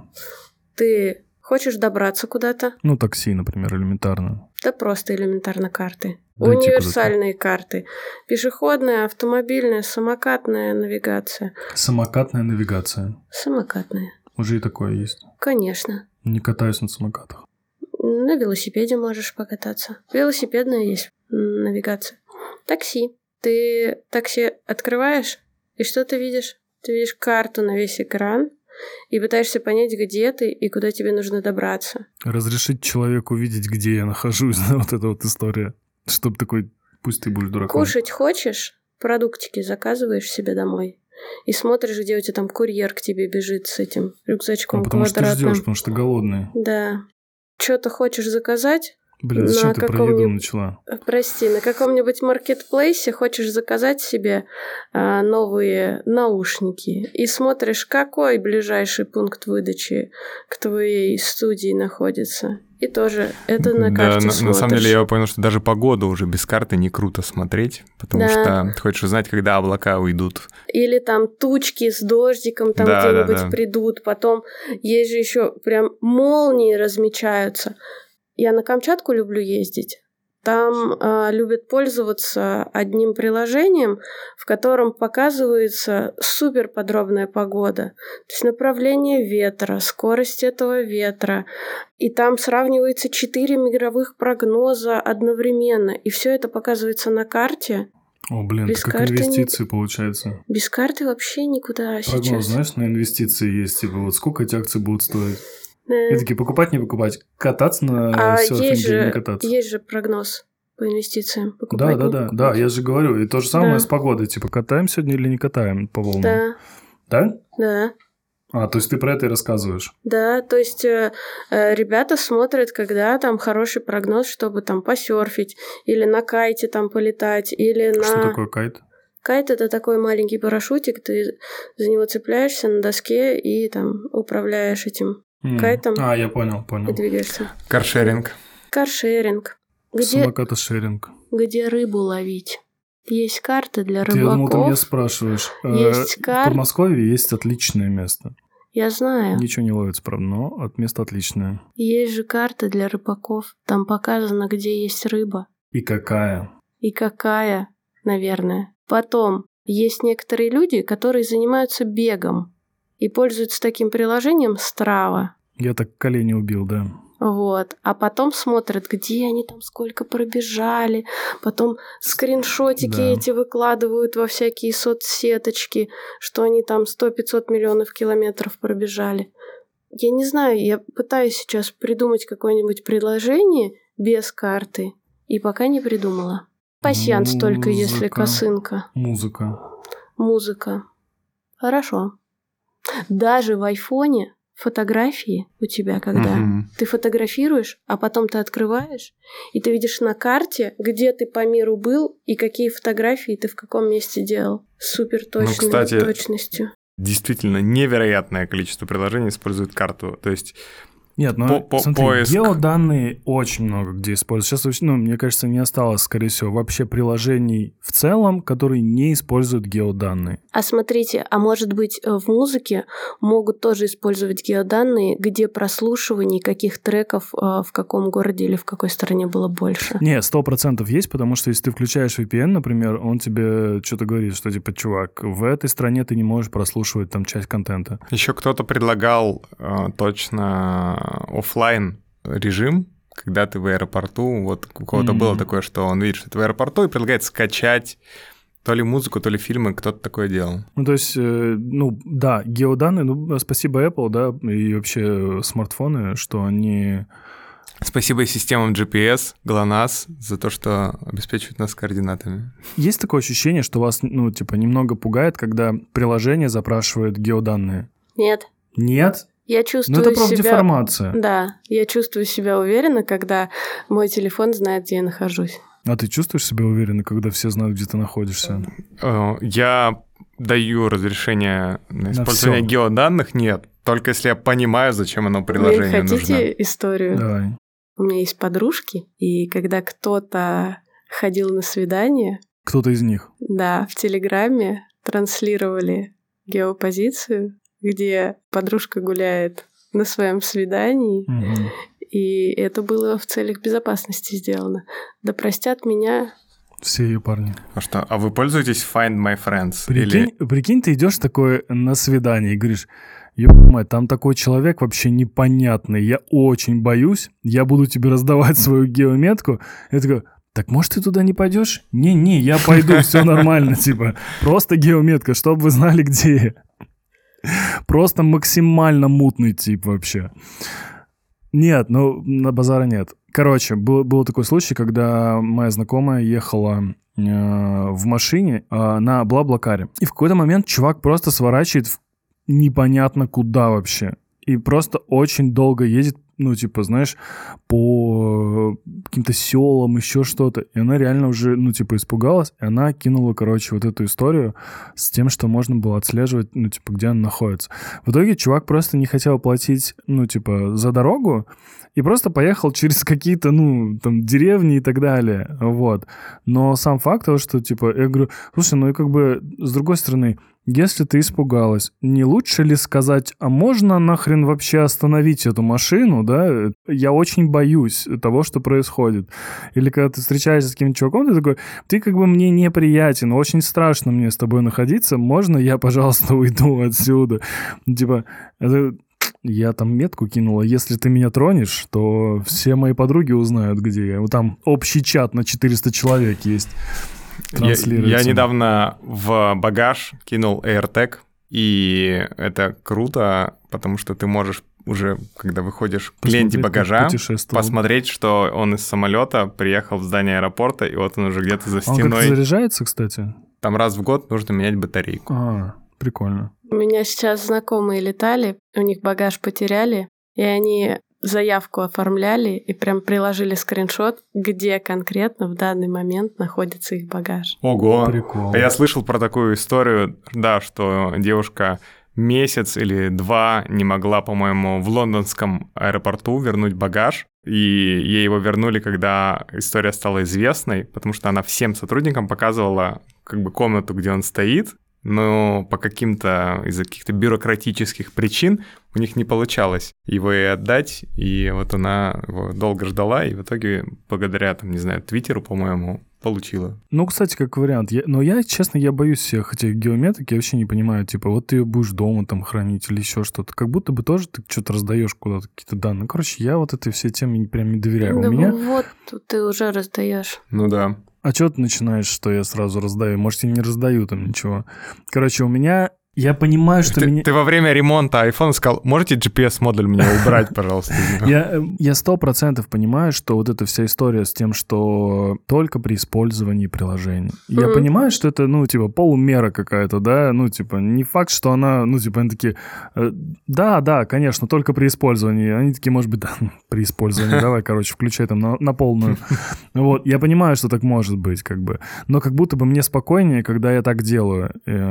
Ты хочешь добраться куда-то? Ну, такси, например, элементарно. Да просто элементарно карты. Дойти Универсальные куда-то. Карты. Пешеходная, автомобильная, самокатная навигация. Самокатная навигация. Самокатная. Уже и такое есть. Конечно. Не катаюсь на самокатах. На велосипеде можешь покататься. Велосипедная есть навигация. Такси. Ты такси открываешь, и что ты видишь? Ты видишь карту на весь экран и пытаешься понять, где ты и куда тебе нужно добраться. Разрешить человеку видеть, где я нахожусь, вот эта вот история. Чтобы такой, пусть ты будешь дураком. Кушать хочешь? Продуктики заказываешь себе домой. И смотришь, где у тебя там курьер к тебе бежит с этим рюкзачком а потому квадратным. Потому что ты ждешь, потому что ты голодный. Да. Что-то хочешь заказать? Блин, зачем ты про еду начала? Прости, на каком-нибудь маркетплейсе хочешь заказать себе а, новые наушники и смотришь, какой ближайший пункт выдачи к твоей студии находится. И тоже это на карте да, смотришь. На самом деле я понял, что даже погоду уже без карты не круто смотреть, потому да. что ты хочешь узнать, когда облака уйдут. Или там тучки с дождиком там да, где-нибудь да, да. придут. Потом есть же еще прям молнии размечаются. Я на Камчатку люблю ездить. Там э, любят пользоваться одним приложением, в котором показывается супер подробная погода. То есть направление ветра, скорость этого ветра. И там сравнивается четыре мигровых прогноза одновременно. И все это показывается на карте. О, блин, без это как инвестиции не... получается. Без карты вообще никуда Прогноз, сейчас. знаешь, на инвестиции есть. Типа, вот сколько эти акции будут стоить? И такие, покупать, не покупать, кататься на а серфинге, не кататься. Есть же прогноз по инвестициям. Покупать, да, да, да, да, я же говорю. И то же самое да. с погодой. Типа, катаем сегодня или не катаем по волнам? Да. Да? Да. А, то есть ты про это и рассказываешь? Да, то есть э, э, ребята смотрят, когда там хороший прогноз, чтобы там посерфить, или на кайте там полетать, или на... Что такое кайт? Кайт — это такой маленький парашютик, ты за него цепляешься на доске и там управляешь этим mm. кайтом. А, я понял, понял. И двигаешься. Каршеринг. Каршеринг. Где... Самокатошеринг. Где рыбу ловить. Есть карты для рыбаков. Ты, я думал, ты меня спрашиваешь. Есть карты. В Подмосковье есть отличное место. Я знаю. Ничего не ловится, правда, но от места отличное. Есть же карты для рыбаков. Там показано, где есть рыба. И какая. И какая, наверное. Потом, есть некоторые люди, которые занимаются бегом и пользуются таким приложением Strava. Я так колени убил, да. Вот. А потом смотрят, где они там сколько пробежали. Потом скриншотики да. эти выкладывают во всякие соцсеточки, что они там сто-пятьсот миллионов километров пробежали. Я не знаю, я пытаюсь сейчас придумать какое-нибудь приложение без карты, и пока не придумала. Пасьянс Музыка. Только если косынка. Музыка. Музыка. Хорошо. Даже в айфоне фотографии у тебя, когда mm-hmm. ты фотографируешь, а потом ты открываешь, и ты видишь на карте, где ты по миру был и какие фотографии ты в каком месте делал. Супер точной ну, кстати, точностью. Действительно, невероятное количество приложений использует карту. То есть Нет, ну по, смотри, поиск... геоданные очень много где используют. Сейчас, ну, мне кажется, не осталось, скорее всего, вообще приложений в целом, которые не используют геоданные. А смотрите, а может быть в музыке могут тоже использовать геоданные, где прослушиваний каких треков в каком городе или в какой стране было больше? Не, сто процентов есть, потому что если ты включаешь ви пи эн, например, он тебе что-то говорит, что типа, чувак, в этой стране ты не можешь прослушивать там часть контента. Еще кто-то предлагал э, точно офлайн режим, когда ты в аэропорту, вот у кого-то mm-hmm. было такое, что он видит, что ты в аэропорту, и предлагает скачать то ли музыку, то ли фильмы, кто-то такое делал. Ну, то есть, э, ну, да, геоданные, ну, спасибо Apple, да, и вообще смартфоны, что они... Спасибо и системам джи пи эс, ГЛОНАСС за то, что обеспечивают нас координатами. Есть такое ощущение, что вас, ну, типа, немного пугает, когда приложение запрашивает геоданные? Нет. Нет? Я чувствую ну, это просто себя... деформация. Да, я чувствую себя уверенно, когда мой телефон знает, где я нахожусь. А ты чувствуешь себя уверенно, когда все знают, где ты находишься? Я даю разрешение на использование на геоданных, нет. Только если я понимаю, зачем оно приложение нужно. Вы хотите историю? Давай. У меня есть подружки, и когда кто-то ходил на свидание... Кто-то из них? Да, в Телеграме транслировали геопозицию, где подружка гуляет на своем свидании, угу. и это было в целях безопасности сделано. Да простят меня... Все ее парни. А что, а вы пользуетесь Find My Friends? Прикинь, или... прикинь, ты идешь такой на свидание и говоришь, ё-мать, там такой человек вообще непонятный, я очень боюсь, я буду тебе раздавать свою геометку. Я такой... Так может, ты туда не пойдешь? Не-не, я пойду, все нормально, типа. Просто геометка, чтобы вы знали, где я. Просто максимально мутный тип вообще. Нет, ну, на базара нет. Короче, был, был такой случай, когда моя знакомая ехала э, в машине э, на Блаблакаре. И в какой-то момент чувак просто сворачивает в непонятно куда вообще. И просто очень долго едет, ну, типа, знаешь, по каким-то селам, еще что-то. И она реально уже, ну, типа, испугалась. И она кинула, короче, вот эту историю с тем, что можно было отслеживать, ну, типа, где она находится. В итоге чувак просто не хотел платить, ну, типа, за дорогу. И просто поехал через какие-то, ну, там, деревни и так далее. Вот. Но сам факт того, что, типа, я говорю, слушай, ну, и как бы, с другой стороны, если ты испугалась, не лучше ли сказать, а можно нахрен вообще остановить эту машину, да? Я очень боюсь того, что происходит. Или когда ты встречаешься с каким-то чуваком, ты такой, ты как бы мне неприятен, очень страшно мне с тобой находиться, можно я, пожалуйста, уйду отсюда? Типа, это... Я там метку кинула, если ты меня тронешь, то все мои подруги узнают, где я. Вот там общий чат на четыреста человек есть. Я, я недавно в багаж кинул AirTag, и это круто, потому что ты можешь уже, когда выходишь к ленте багажа, посмотреть, что он из самолета приехал в здание аэропорта, и вот он уже где-то за стеной. Он как заряжается, кстати? Там раз в год нужно менять батарейку. А, Прикольно. У меня сейчас знакомые летали, у них багаж потеряли, и они заявку оформляли и прям приложили скриншот, где конкретно в данный момент находится их багаж. Ого! Прикол. Я слышал про такую историю, да, что девушка месяц или два не могла, по-моему, в лондонском аэропорту вернуть багаж, и ей его вернули, когда история стала известной, потому что она всем сотрудникам показывала как бы комнату, где он стоит, но по каким-то, из-за каких-то бюрократических причин у них не получалось его ей отдать, и вот она его долго ждала, и в итоге, благодаря, там, не знаю, Твиттеру, по-моему, получила. Ну, кстати, как вариант. Я, но я, честно, я боюсь всех этих геометрик, я вообще не понимаю, типа, вот ты ее будешь дома там хранить или еще что-то. Как будто бы тоже ты что-то раздаешь куда-то, какие-то данные. Короче, я вот этой всей теме прям не доверяю. Да У меня... вот ты уже раздаешь. Ну да. А что ты начинаешь, что я сразу раздаю? Может, я не раздаю там ничего. Короче, у меня... Я понимаю, что ты, меня... Ты во время ремонта айфона сказал, можете джи пи эс-модуль мне убрать, пожалуйста? Я сто процентов понимаю, что вот эта вся история с тем, что только при использовании приложений. Я понимаю, что это, ну, типа, полумера какая-то, да? Ну, типа, не факт, что она... Ну, типа, они такие... Да, да, конечно, только при использовании. Они такие, может быть, да, при использовании. Давай, короче, включай там на, на полную. Вот, я понимаю, что так может быть, как бы. Но как будто бы мне спокойнее, когда я так делаю.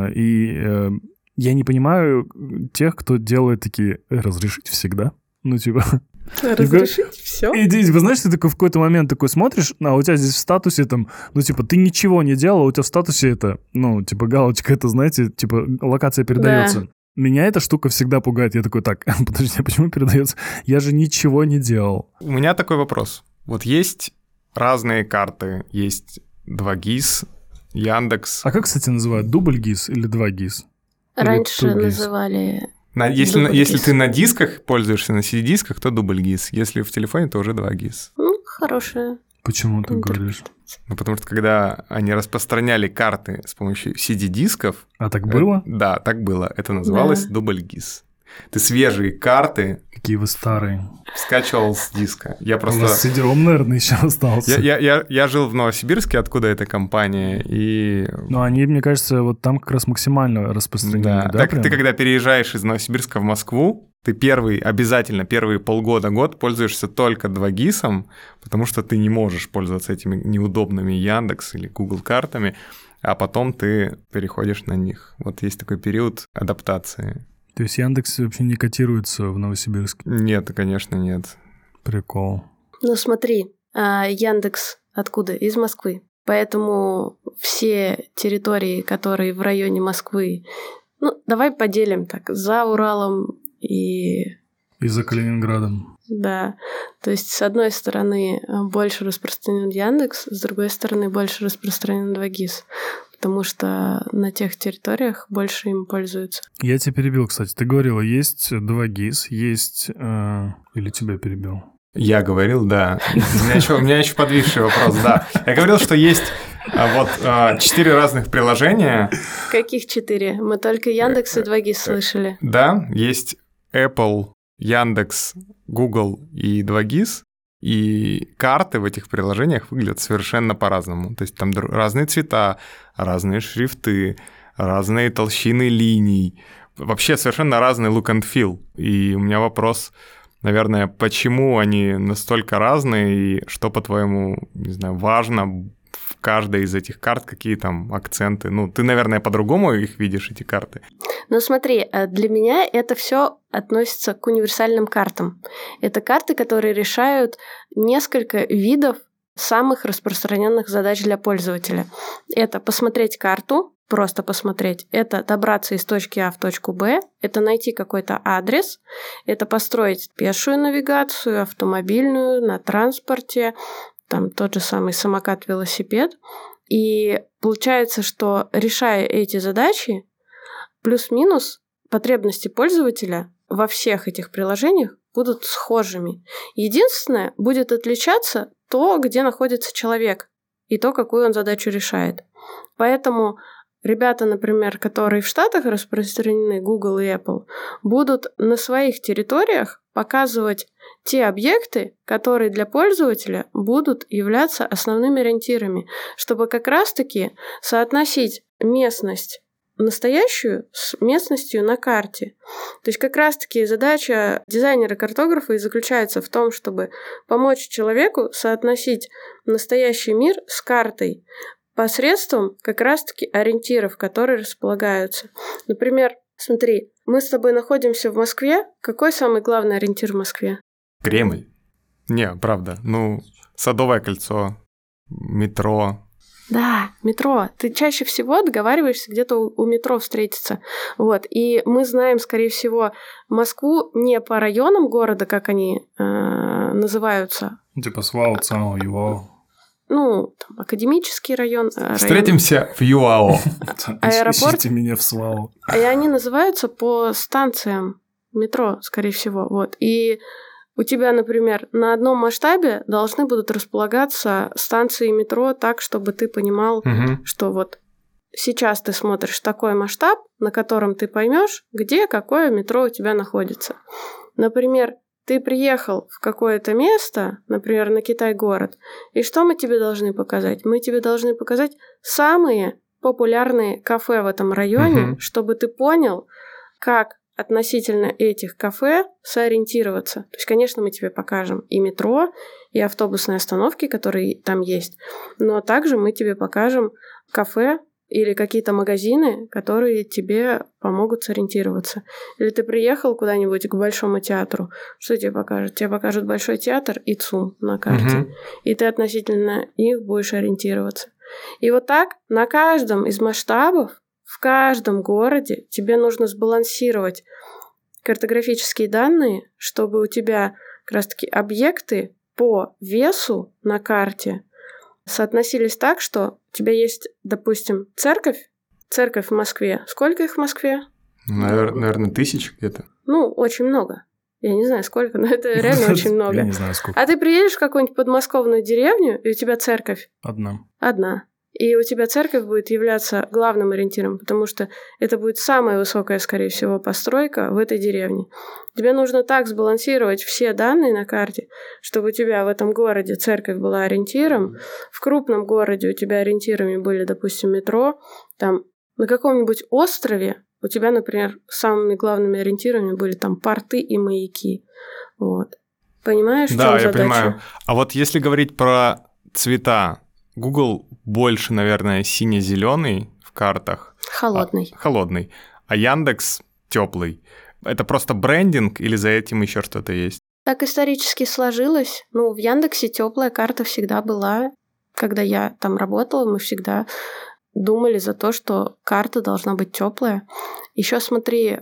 И... Я не понимаю тех, кто делает такие «разрешить всегда». Ну, типа... Разрешить все? И ты, вы знаешь, ты такой в какой-то момент такой смотришь, а у тебя здесь в статусе там, ну, типа, ты ничего не делал, а у тебя в статусе это, ну, типа, галочка, это, знаете, типа, локация передается. Да. Меня эта штука всегда пугает. Я такой, так, подожди, а почему передается? Я же ничего не делал. У меня такой вопрос. Вот есть разные карты, есть два гис, Яндекс. А как, кстати, называют? Дубль гис или два гис? Раньше называли... На, если, если ты на дисках пользуешься, на си ди-дисках, то дубль гис. Если в телефоне, то уже два гис. Ну, хорошая. Почему ты говоришь? Ну, потому что когда они распространяли карты с помощью си ди-дисков... А так было? Э, да, так было. Это называлось да. дубль гис. Ты свежие карты... Какие вы старые. Скачивал с диска. Я просто... У вас сидером, наверное, еще остался. Я, я, я, я жил в Новосибирске, откуда эта компания, и... Ну, они, мне кажется, вот там как раз максимально распространены, да? Да, так прям? Ты когда переезжаешь из Новосибирска в Москву, ты первый, обязательно первые полгода-год пользуешься только два гисом, потому что ты не можешь пользоваться этими неудобными Яндекс или Google картами, а потом ты переходишь на них. Вот есть такой период адаптации. То есть Яндекс вообще не котируется в Новосибирске? Нет, конечно, нет. Прикол. Ну смотри, Яндекс откуда? Из Москвы. Поэтому все территории, которые в районе Москвы, ну, давай поделим так, за Уралом и... И за Калининградом. Да. То есть, с одной стороны, больше распространен Яндекс, с другой стороны, больше распространен два гис. Потому что на тех территориях больше им пользуются. Я тебя перебил, кстати. Ты говорила, есть два гис, есть... Э, или тебя перебил? Я говорил, да. У меня еще, у меня еще подвисший вопрос, да. Я говорил, что есть вот четыре разных приложения. Каких четыре? Мы только Яндекс и два гис слышали. Да, есть Apple, Яндекс, Google и два гис. И карты в этих приложениях выглядят совершенно по-разному. То есть там разные цвета, разные шрифты, разные толщины линий. Вообще совершенно разный look and feel. И у меня вопрос, наверное, почему они настолько разные, и что, по-твоему, не знаю, важно в каждой из этих карт, какие там акценты? Ну, ты, наверное, по-другому их видишь, эти карты. Ну, смотри, для меня это все относится к универсальным картам. Это карты, которые решают несколько видов самых распространенных задач для пользователя. Это посмотреть карту, просто посмотреть. Это добраться из точки А в точку Б. Это найти какой-то адрес. Это построить пешую навигацию, автомобильную, на транспорте, там тот же самый самокат, велосипед. И получается, что решая эти задачи, плюс-минус потребности пользователя во всех этих приложениях будут схожими. Единственное, будет отличаться то, где находится человек, и то, какую он задачу решает. Поэтому ребята, например, которые в Штатах распространены, Google и Apple, будут на своих территориях показывать те объекты, которые для пользователя будут являться основными ориентирами, чтобы как раз-таки соотносить местность настоящую с местностью на карте. То есть как раз-таки задача дизайнера-картографа и заключается в том, чтобы помочь человеку соотносить настоящий мир с картой посредством как раз-таки ориентиров, которые располагаются. Например, смотри, мы с тобой находимся в Москве. Какой самый главный ориентир в Москве? Кремль. Не, правда. Ну, Садовое кольцо, метро. Да, метро. Ты чаще всего договариваешься где-то у, у метро встретиться. Вот. И мы знаем, скорее всего, Москву не по районам города, как они э, называются. Типа СВАУ, ЦАУ, ЮАО. Ну, там, академический район. район. Встретимся в ЮАО. Аэропорт. Ищите меня в СВАУ. И они называются по станциям метро, скорее всего. Вот. И у тебя, например, на одном масштабе должны будут располагаться станции метро так, чтобы ты понимал, Угу. что вот сейчас ты смотришь такой масштаб, на котором ты поймешь, где какое метро у тебя находится. Например, ты приехал в какое-то место, например, на Китай-город, и что мы тебе должны показать? Мы тебе должны показать самые популярные кафе в этом районе, Угу. чтобы ты понял, как относительно этих кафе сориентироваться. То есть, конечно, мы тебе покажем и метро, и автобусные остановки, которые там есть, но также мы тебе покажем кафе или какие-то магазины, которые тебе помогут сориентироваться. Или ты приехал куда-нибудь к Большому театру, что тебе покажут? Тебе покажут Большой театр и ЦУМ на карте, Угу. и ты относительно их будешь ориентироваться. И вот так на каждом из масштабов в каждом городе тебе нужно сбалансировать картографические данные, чтобы у тебя как раз-таки объекты по весу на карте соотносились так, что у тебя есть, допустим, церковь, церковь в Москве. Сколько их в Москве? Навер- Наверное, тысяч где-то. Ну, очень много. Я не знаю, сколько, но это реально очень Я много. не знаю, сколько. А ты приедешь в какую-нибудь подмосковную деревню, и у тебя церковь Одна. одна. И у тебя церковь будет являться главным ориентиром, потому что это будет самая высокая, скорее всего, постройка в этой деревне. Тебе нужно так сбалансировать все данные на карте, чтобы у тебя в этом городе церковь была ориентиром, в крупном городе у тебя ориентирами были, допустим, метро, там на каком-нибудь острове у тебя, например, самыми главными ориентирами были там порты и маяки. Вот. Понимаешь, в Да, чем я задача? понимаю. А вот если говорить про цвета, Google больше, наверное, сине-зеленый в картах. Холодный. А, холодный. А Яндекс теплый. Это просто брендинг или за этим еще что-то есть? Так исторически сложилось. Ну, в Яндексе теплая карта всегда была. Когда я там работала, мы всегда думали за то, что карта должна быть теплая. Еще смотри,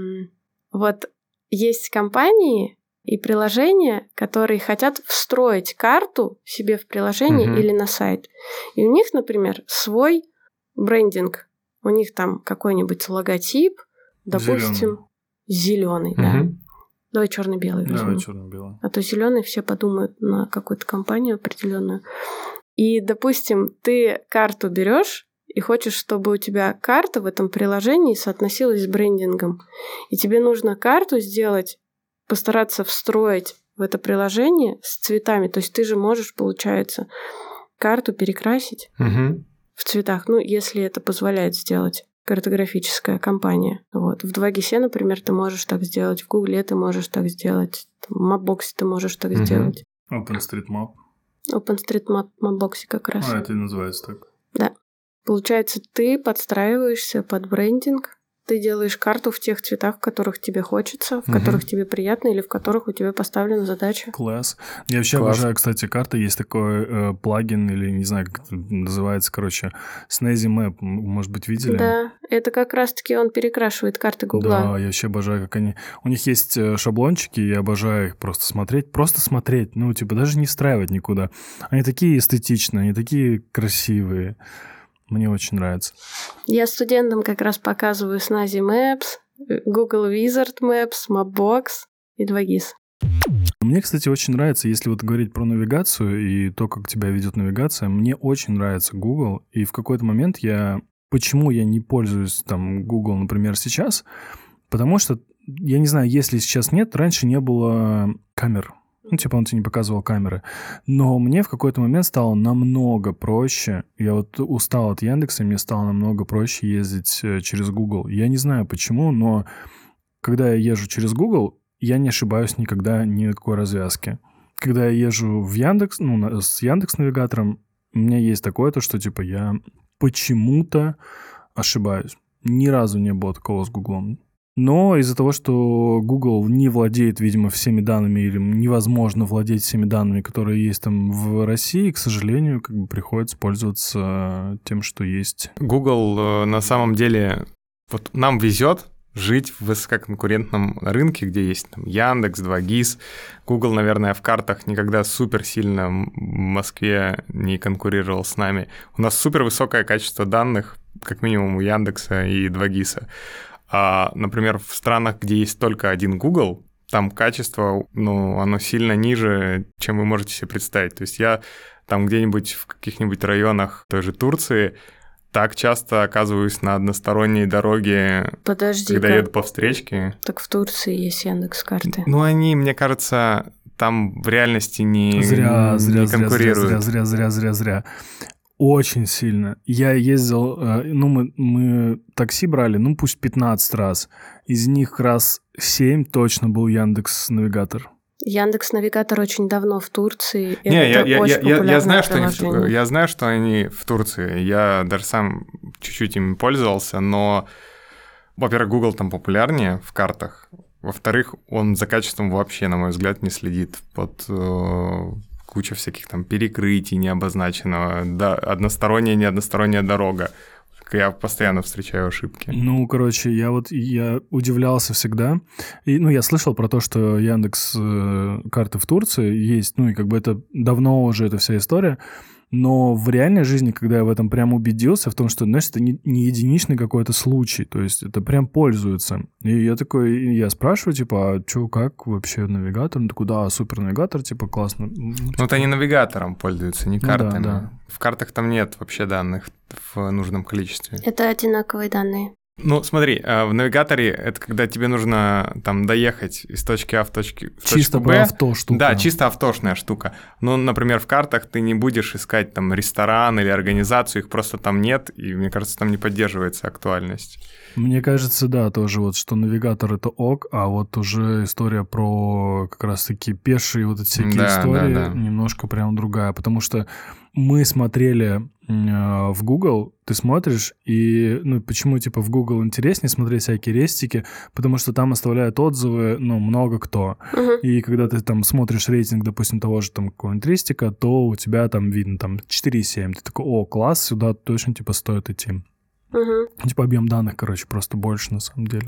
вот есть компании и приложения, которые хотят встроить карту себе в приложение Мгм. или на сайт. И у них, например, свой брендинг. У них там какой-нибудь логотип, допустим, зеленый, да. Мгм. Давай черно-белый возьмем. Давай черно-белое. А то зеленый все подумают на какую-то компанию определенную. И, допустим, ты карту берешь и хочешь, чтобы у тебя карта в этом приложении соотносилась с брендингом. И тебе нужно карту сделать, постараться встроить в это приложение с цветами. То есть ты же можешь, получается, карту перекрасить Мгм. в цветах, ну, если это позволяет сделать картографическая компания. Вот. В два джи эс, например, ты можешь так сделать, в Гугле ты можешь так сделать, в Mapbox ты можешь так Мгм. сделать. OpenStreetMap. OpenStreetMap в Mapbox как раз. А, это и называется так. Да. Получается, ты подстраиваешься под брендинг, ты делаешь карту в тех цветах, в которых тебе хочется, в Мгм. которых тебе приятно или в которых у тебя поставлена задача. Класс. Я вообще Класс. обожаю, кстати, карты. Есть такой э, плагин, или не знаю, как это называется, короче, Snazzy Map. М, Может быть, видели? Да, это как раз-таки он перекрашивает карты Гугла. Да, я вообще обожаю, как они... У них есть э, шаблончики, я обожаю их просто смотреть. Просто смотреть, ну, типа, даже не встраивать никуда. Они такие эстетичные, они такие красивые. Мне очень нравится. Я студентам как раз показываю Snazzy Maps, Google Wizard Maps, Mapbox и два джи эс. Мне, кстати, очень нравится, если вот говорить про навигацию и то, как тебя ведет навигация, мне очень нравится Google. И в какой-то момент я... Почему я не пользуюсь там Google, например, сейчас? Потому что, я не знаю, если сейчас нет, раньше не было камер. Ну, типа он тебе не показывал камеры. Но мне в какой-то момент стало намного проще. Я вот устал от Яндекса, и мне стало намного проще ездить через Google. Я не знаю почему, но когда я езжу через Google, я не ошибаюсь никогда ни на какой развязке. Когда я езжу в Яндекс, ну, с Яндекс-навигатором, у меня есть такое, то, что, типа, я почему-то ошибаюсь. Ни разу не было такого с Гуглом. Но из-за того, что Google не владеет, видимо, всеми данными или невозможно владеть всеми данными, которые есть там в России, к сожалению, как бы приходится пользоваться тем, что есть. Google на самом деле... Вот нам везет жить в высококонкурентном рынке, где есть там Яндекс, два гис. Google, наверное, в картах никогда супер сильно в Москве не конкурировал с нами. У нас супер высокое качество данных, как минимум у Яндекса и два гиса. А, например, в странах, где есть только один Google, там качество, ну, оно сильно ниже, чем вы можете себе представить. То есть я там где-нибудь в каких-нибудь районах той же Турции так часто оказываюсь на односторонней дороге, Подожди, когда как? еду по встречке. Так в Турции есть Яндекс.Карты. Ну, они, мне кажется, там в реальности не, Зря, не зря, конкурируют. зря, зря, зря, зря, зря. Очень сильно. Я ездил, ну, мы, мы такси брали, ну, пусть пятнадцать раз. Из них раз семь точно был Яндекс.Навигатор. Яндекс.Навигатор очень давно в Турции. Не, это я, я, очень я, я, популярное я, знаю, что они, в- приложение. я знаю, что они в Турции. Я даже сам чуть-чуть ими пользовался, но, во-первых, Google там популярнее в картах. Во-вторых, он за качеством вообще, на мой взгляд, не следит. Вот э, куча всяких там перекрытий необозначенного, да, односторонняя, не односторонняя дорога. Я постоянно встречаю ошибки. Ну, короче, я вот я удивлялся всегда. И, ну, я слышал про то, что Яндекс э, карты в Турции есть, ну, и как бы это давно уже эта вся история. Но в реальной жизни, когда я в этом прям убедился, в том, что, знаешь, это не, не единичный какой-то случай, то есть это прям пользуется. И я такой, я спрашиваю, типа, а что, как вообще навигатор? Он такой, да, супер навигатор, типа, классно. Ну, Ну, типа, это они навигатором пользуются, не Ну да, картами. да. В картах там нет вообще данных в нужном количестве. Это одинаковые данные. Ну, смотри, э, в навигаторе это когда тебе нужно там доехать из точки А в, точке, в чисто точку про Б. авто штука. Да, чисто автошная штука. Ну, например, в картах ты не будешь искать там ресторан или организацию, их просто там нет, и, мне кажется, там не поддерживается актуальность. Мне кажется, да, тоже вот, что навигатор — это ок, а вот уже история про как раз-таки пешие вот эти всякие Да, истории да, да. немножко прям другая, потому что мы смотрели э, в Google, ты смотришь, и, ну, почему, типа, в Google интереснее смотреть всякие рестики, потому что там оставляют отзывы, ну, много кто. Мгм. И когда ты там смотришь рейтинг, допустим, того же там какого-нибудь рестика, то у тебя там видно там четыре и семь. Ты такой, о, класс, сюда точно, типа, стоит идти. Мгм. Типа объем данных, короче, просто больше на самом деле.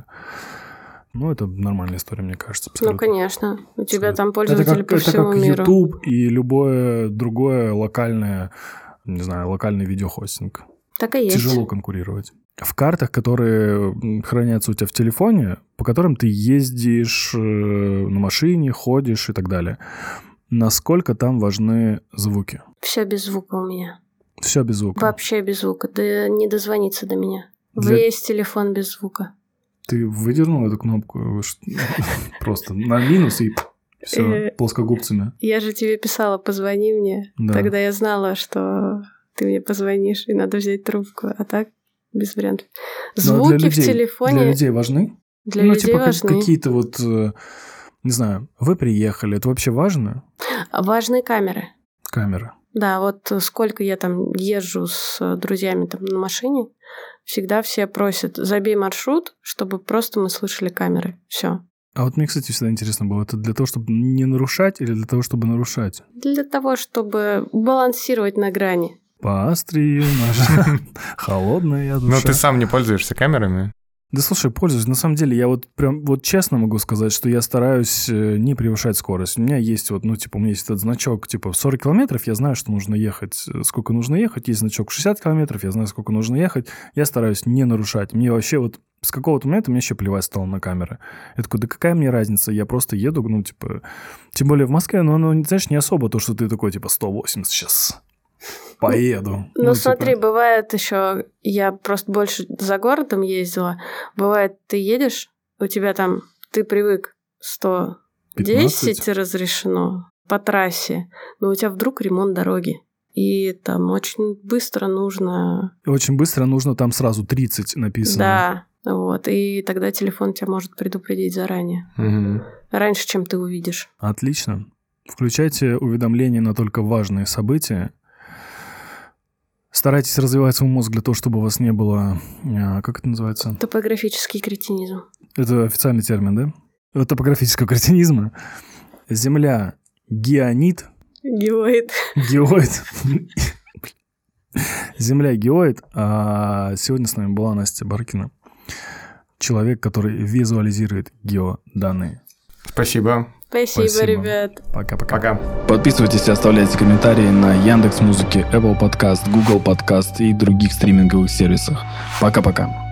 Ну, это нормальная история, мне кажется. Ну, абсолютно. конечно. У тебя Абсолютно. там пользователи это как, по это всему как миру. YouTube и любое другое локальное, не знаю, локальный видеохостинг. Так и есть. Тяжело конкурировать. В картах, которые м, хранятся у тебя в телефоне, по которым ты ездишь э, на машине, ходишь и так далее, насколько там важны звуки? Все без звука у меня. Все без звука. Вообще без звука. Да не дозвониться до меня. Для- Весь телефон без звука. Ты выдернул эту кнопку вы ш- просто на минус и все Э. плоскогубцами. Я же тебе писала, позвони мне. Да. Тогда я знала, что ты мне позвонишь, и надо взять трубку. А так без вариантов. Но Звуки для в людей- телефоне Для людей важны? для ну, людей типа как- важны. какие-то вот, э, не знаю, вы приехали, это вообще важно? Важны камеры. Камера. Да, вот сколько я там езжу с друзьями там на машине, всегда все просят, забей маршрут, чтобы просто мы слышали камеры. Все. А вот мне, кстати, всегда интересно было, это для того, чтобы не нарушать или для того, чтобы нарушать? Для того, чтобы балансировать на грани. По Астрии наша холодная я душа. Но ты сам не пользуешься камерами? Да слушай, пользуюсь. На самом деле, я вот прям вот честно могу сказать, что я стараюсь э, не превышать скорость. У меня есть вот, ну, типа, у меня есть этот значок, типа, в сорок километров, я знаю, что нужно ехать, э, сколько нужно ехать. Есть значок шестьдесят километров, я знаю, сколько нужно ехать. Я стараюсь не нарушать. Мне вообще вот с какого-то момента мне вообще плевать стало на камеры. Я такой, да какая мне разница, я просто еду, ну, типа... Тем более в Москве, ну, оно, знаешь, не особо то, что ты такой, типа, сто восемьдесят сейчас... Поеду. Ну, Ну, смотри, типа, бывает еще, я просто больше за городом ездила. Бывает, ты едешь, у тебя там, ты привык сто десять пятнадцать. разрешено, по трассе, но у тебя вдруг ремонт дороги. И там очень быстро нужно... Очень быстро нужно, там сразу тридцать написано. Да, вот. И тогда телефон тебя может предупредить заранее. Угу. Раньше, чем ты увидишь. Отлично. Включайте уведомления на только важные события. Старайтесь развивать свой мозг для того, чтобы у вас не было... Как это называется? Топографический кретинизм. Это официальный термин, да? Топографического кретинизма. Земля геонид. Геоид. Геоид. Земля геоид. А сегодня с нами была Настя Барыкина. Человек, который визуализирует геоданные. Спасибо. Спасибо, Спасибо. ребят. Пока-пока. Пока. Подписывайтесь и оставляйте комментарии на Яндекс.Музыке, Apple Podcast, Google Podcast и других стриминговых сервисах. Пока-пока.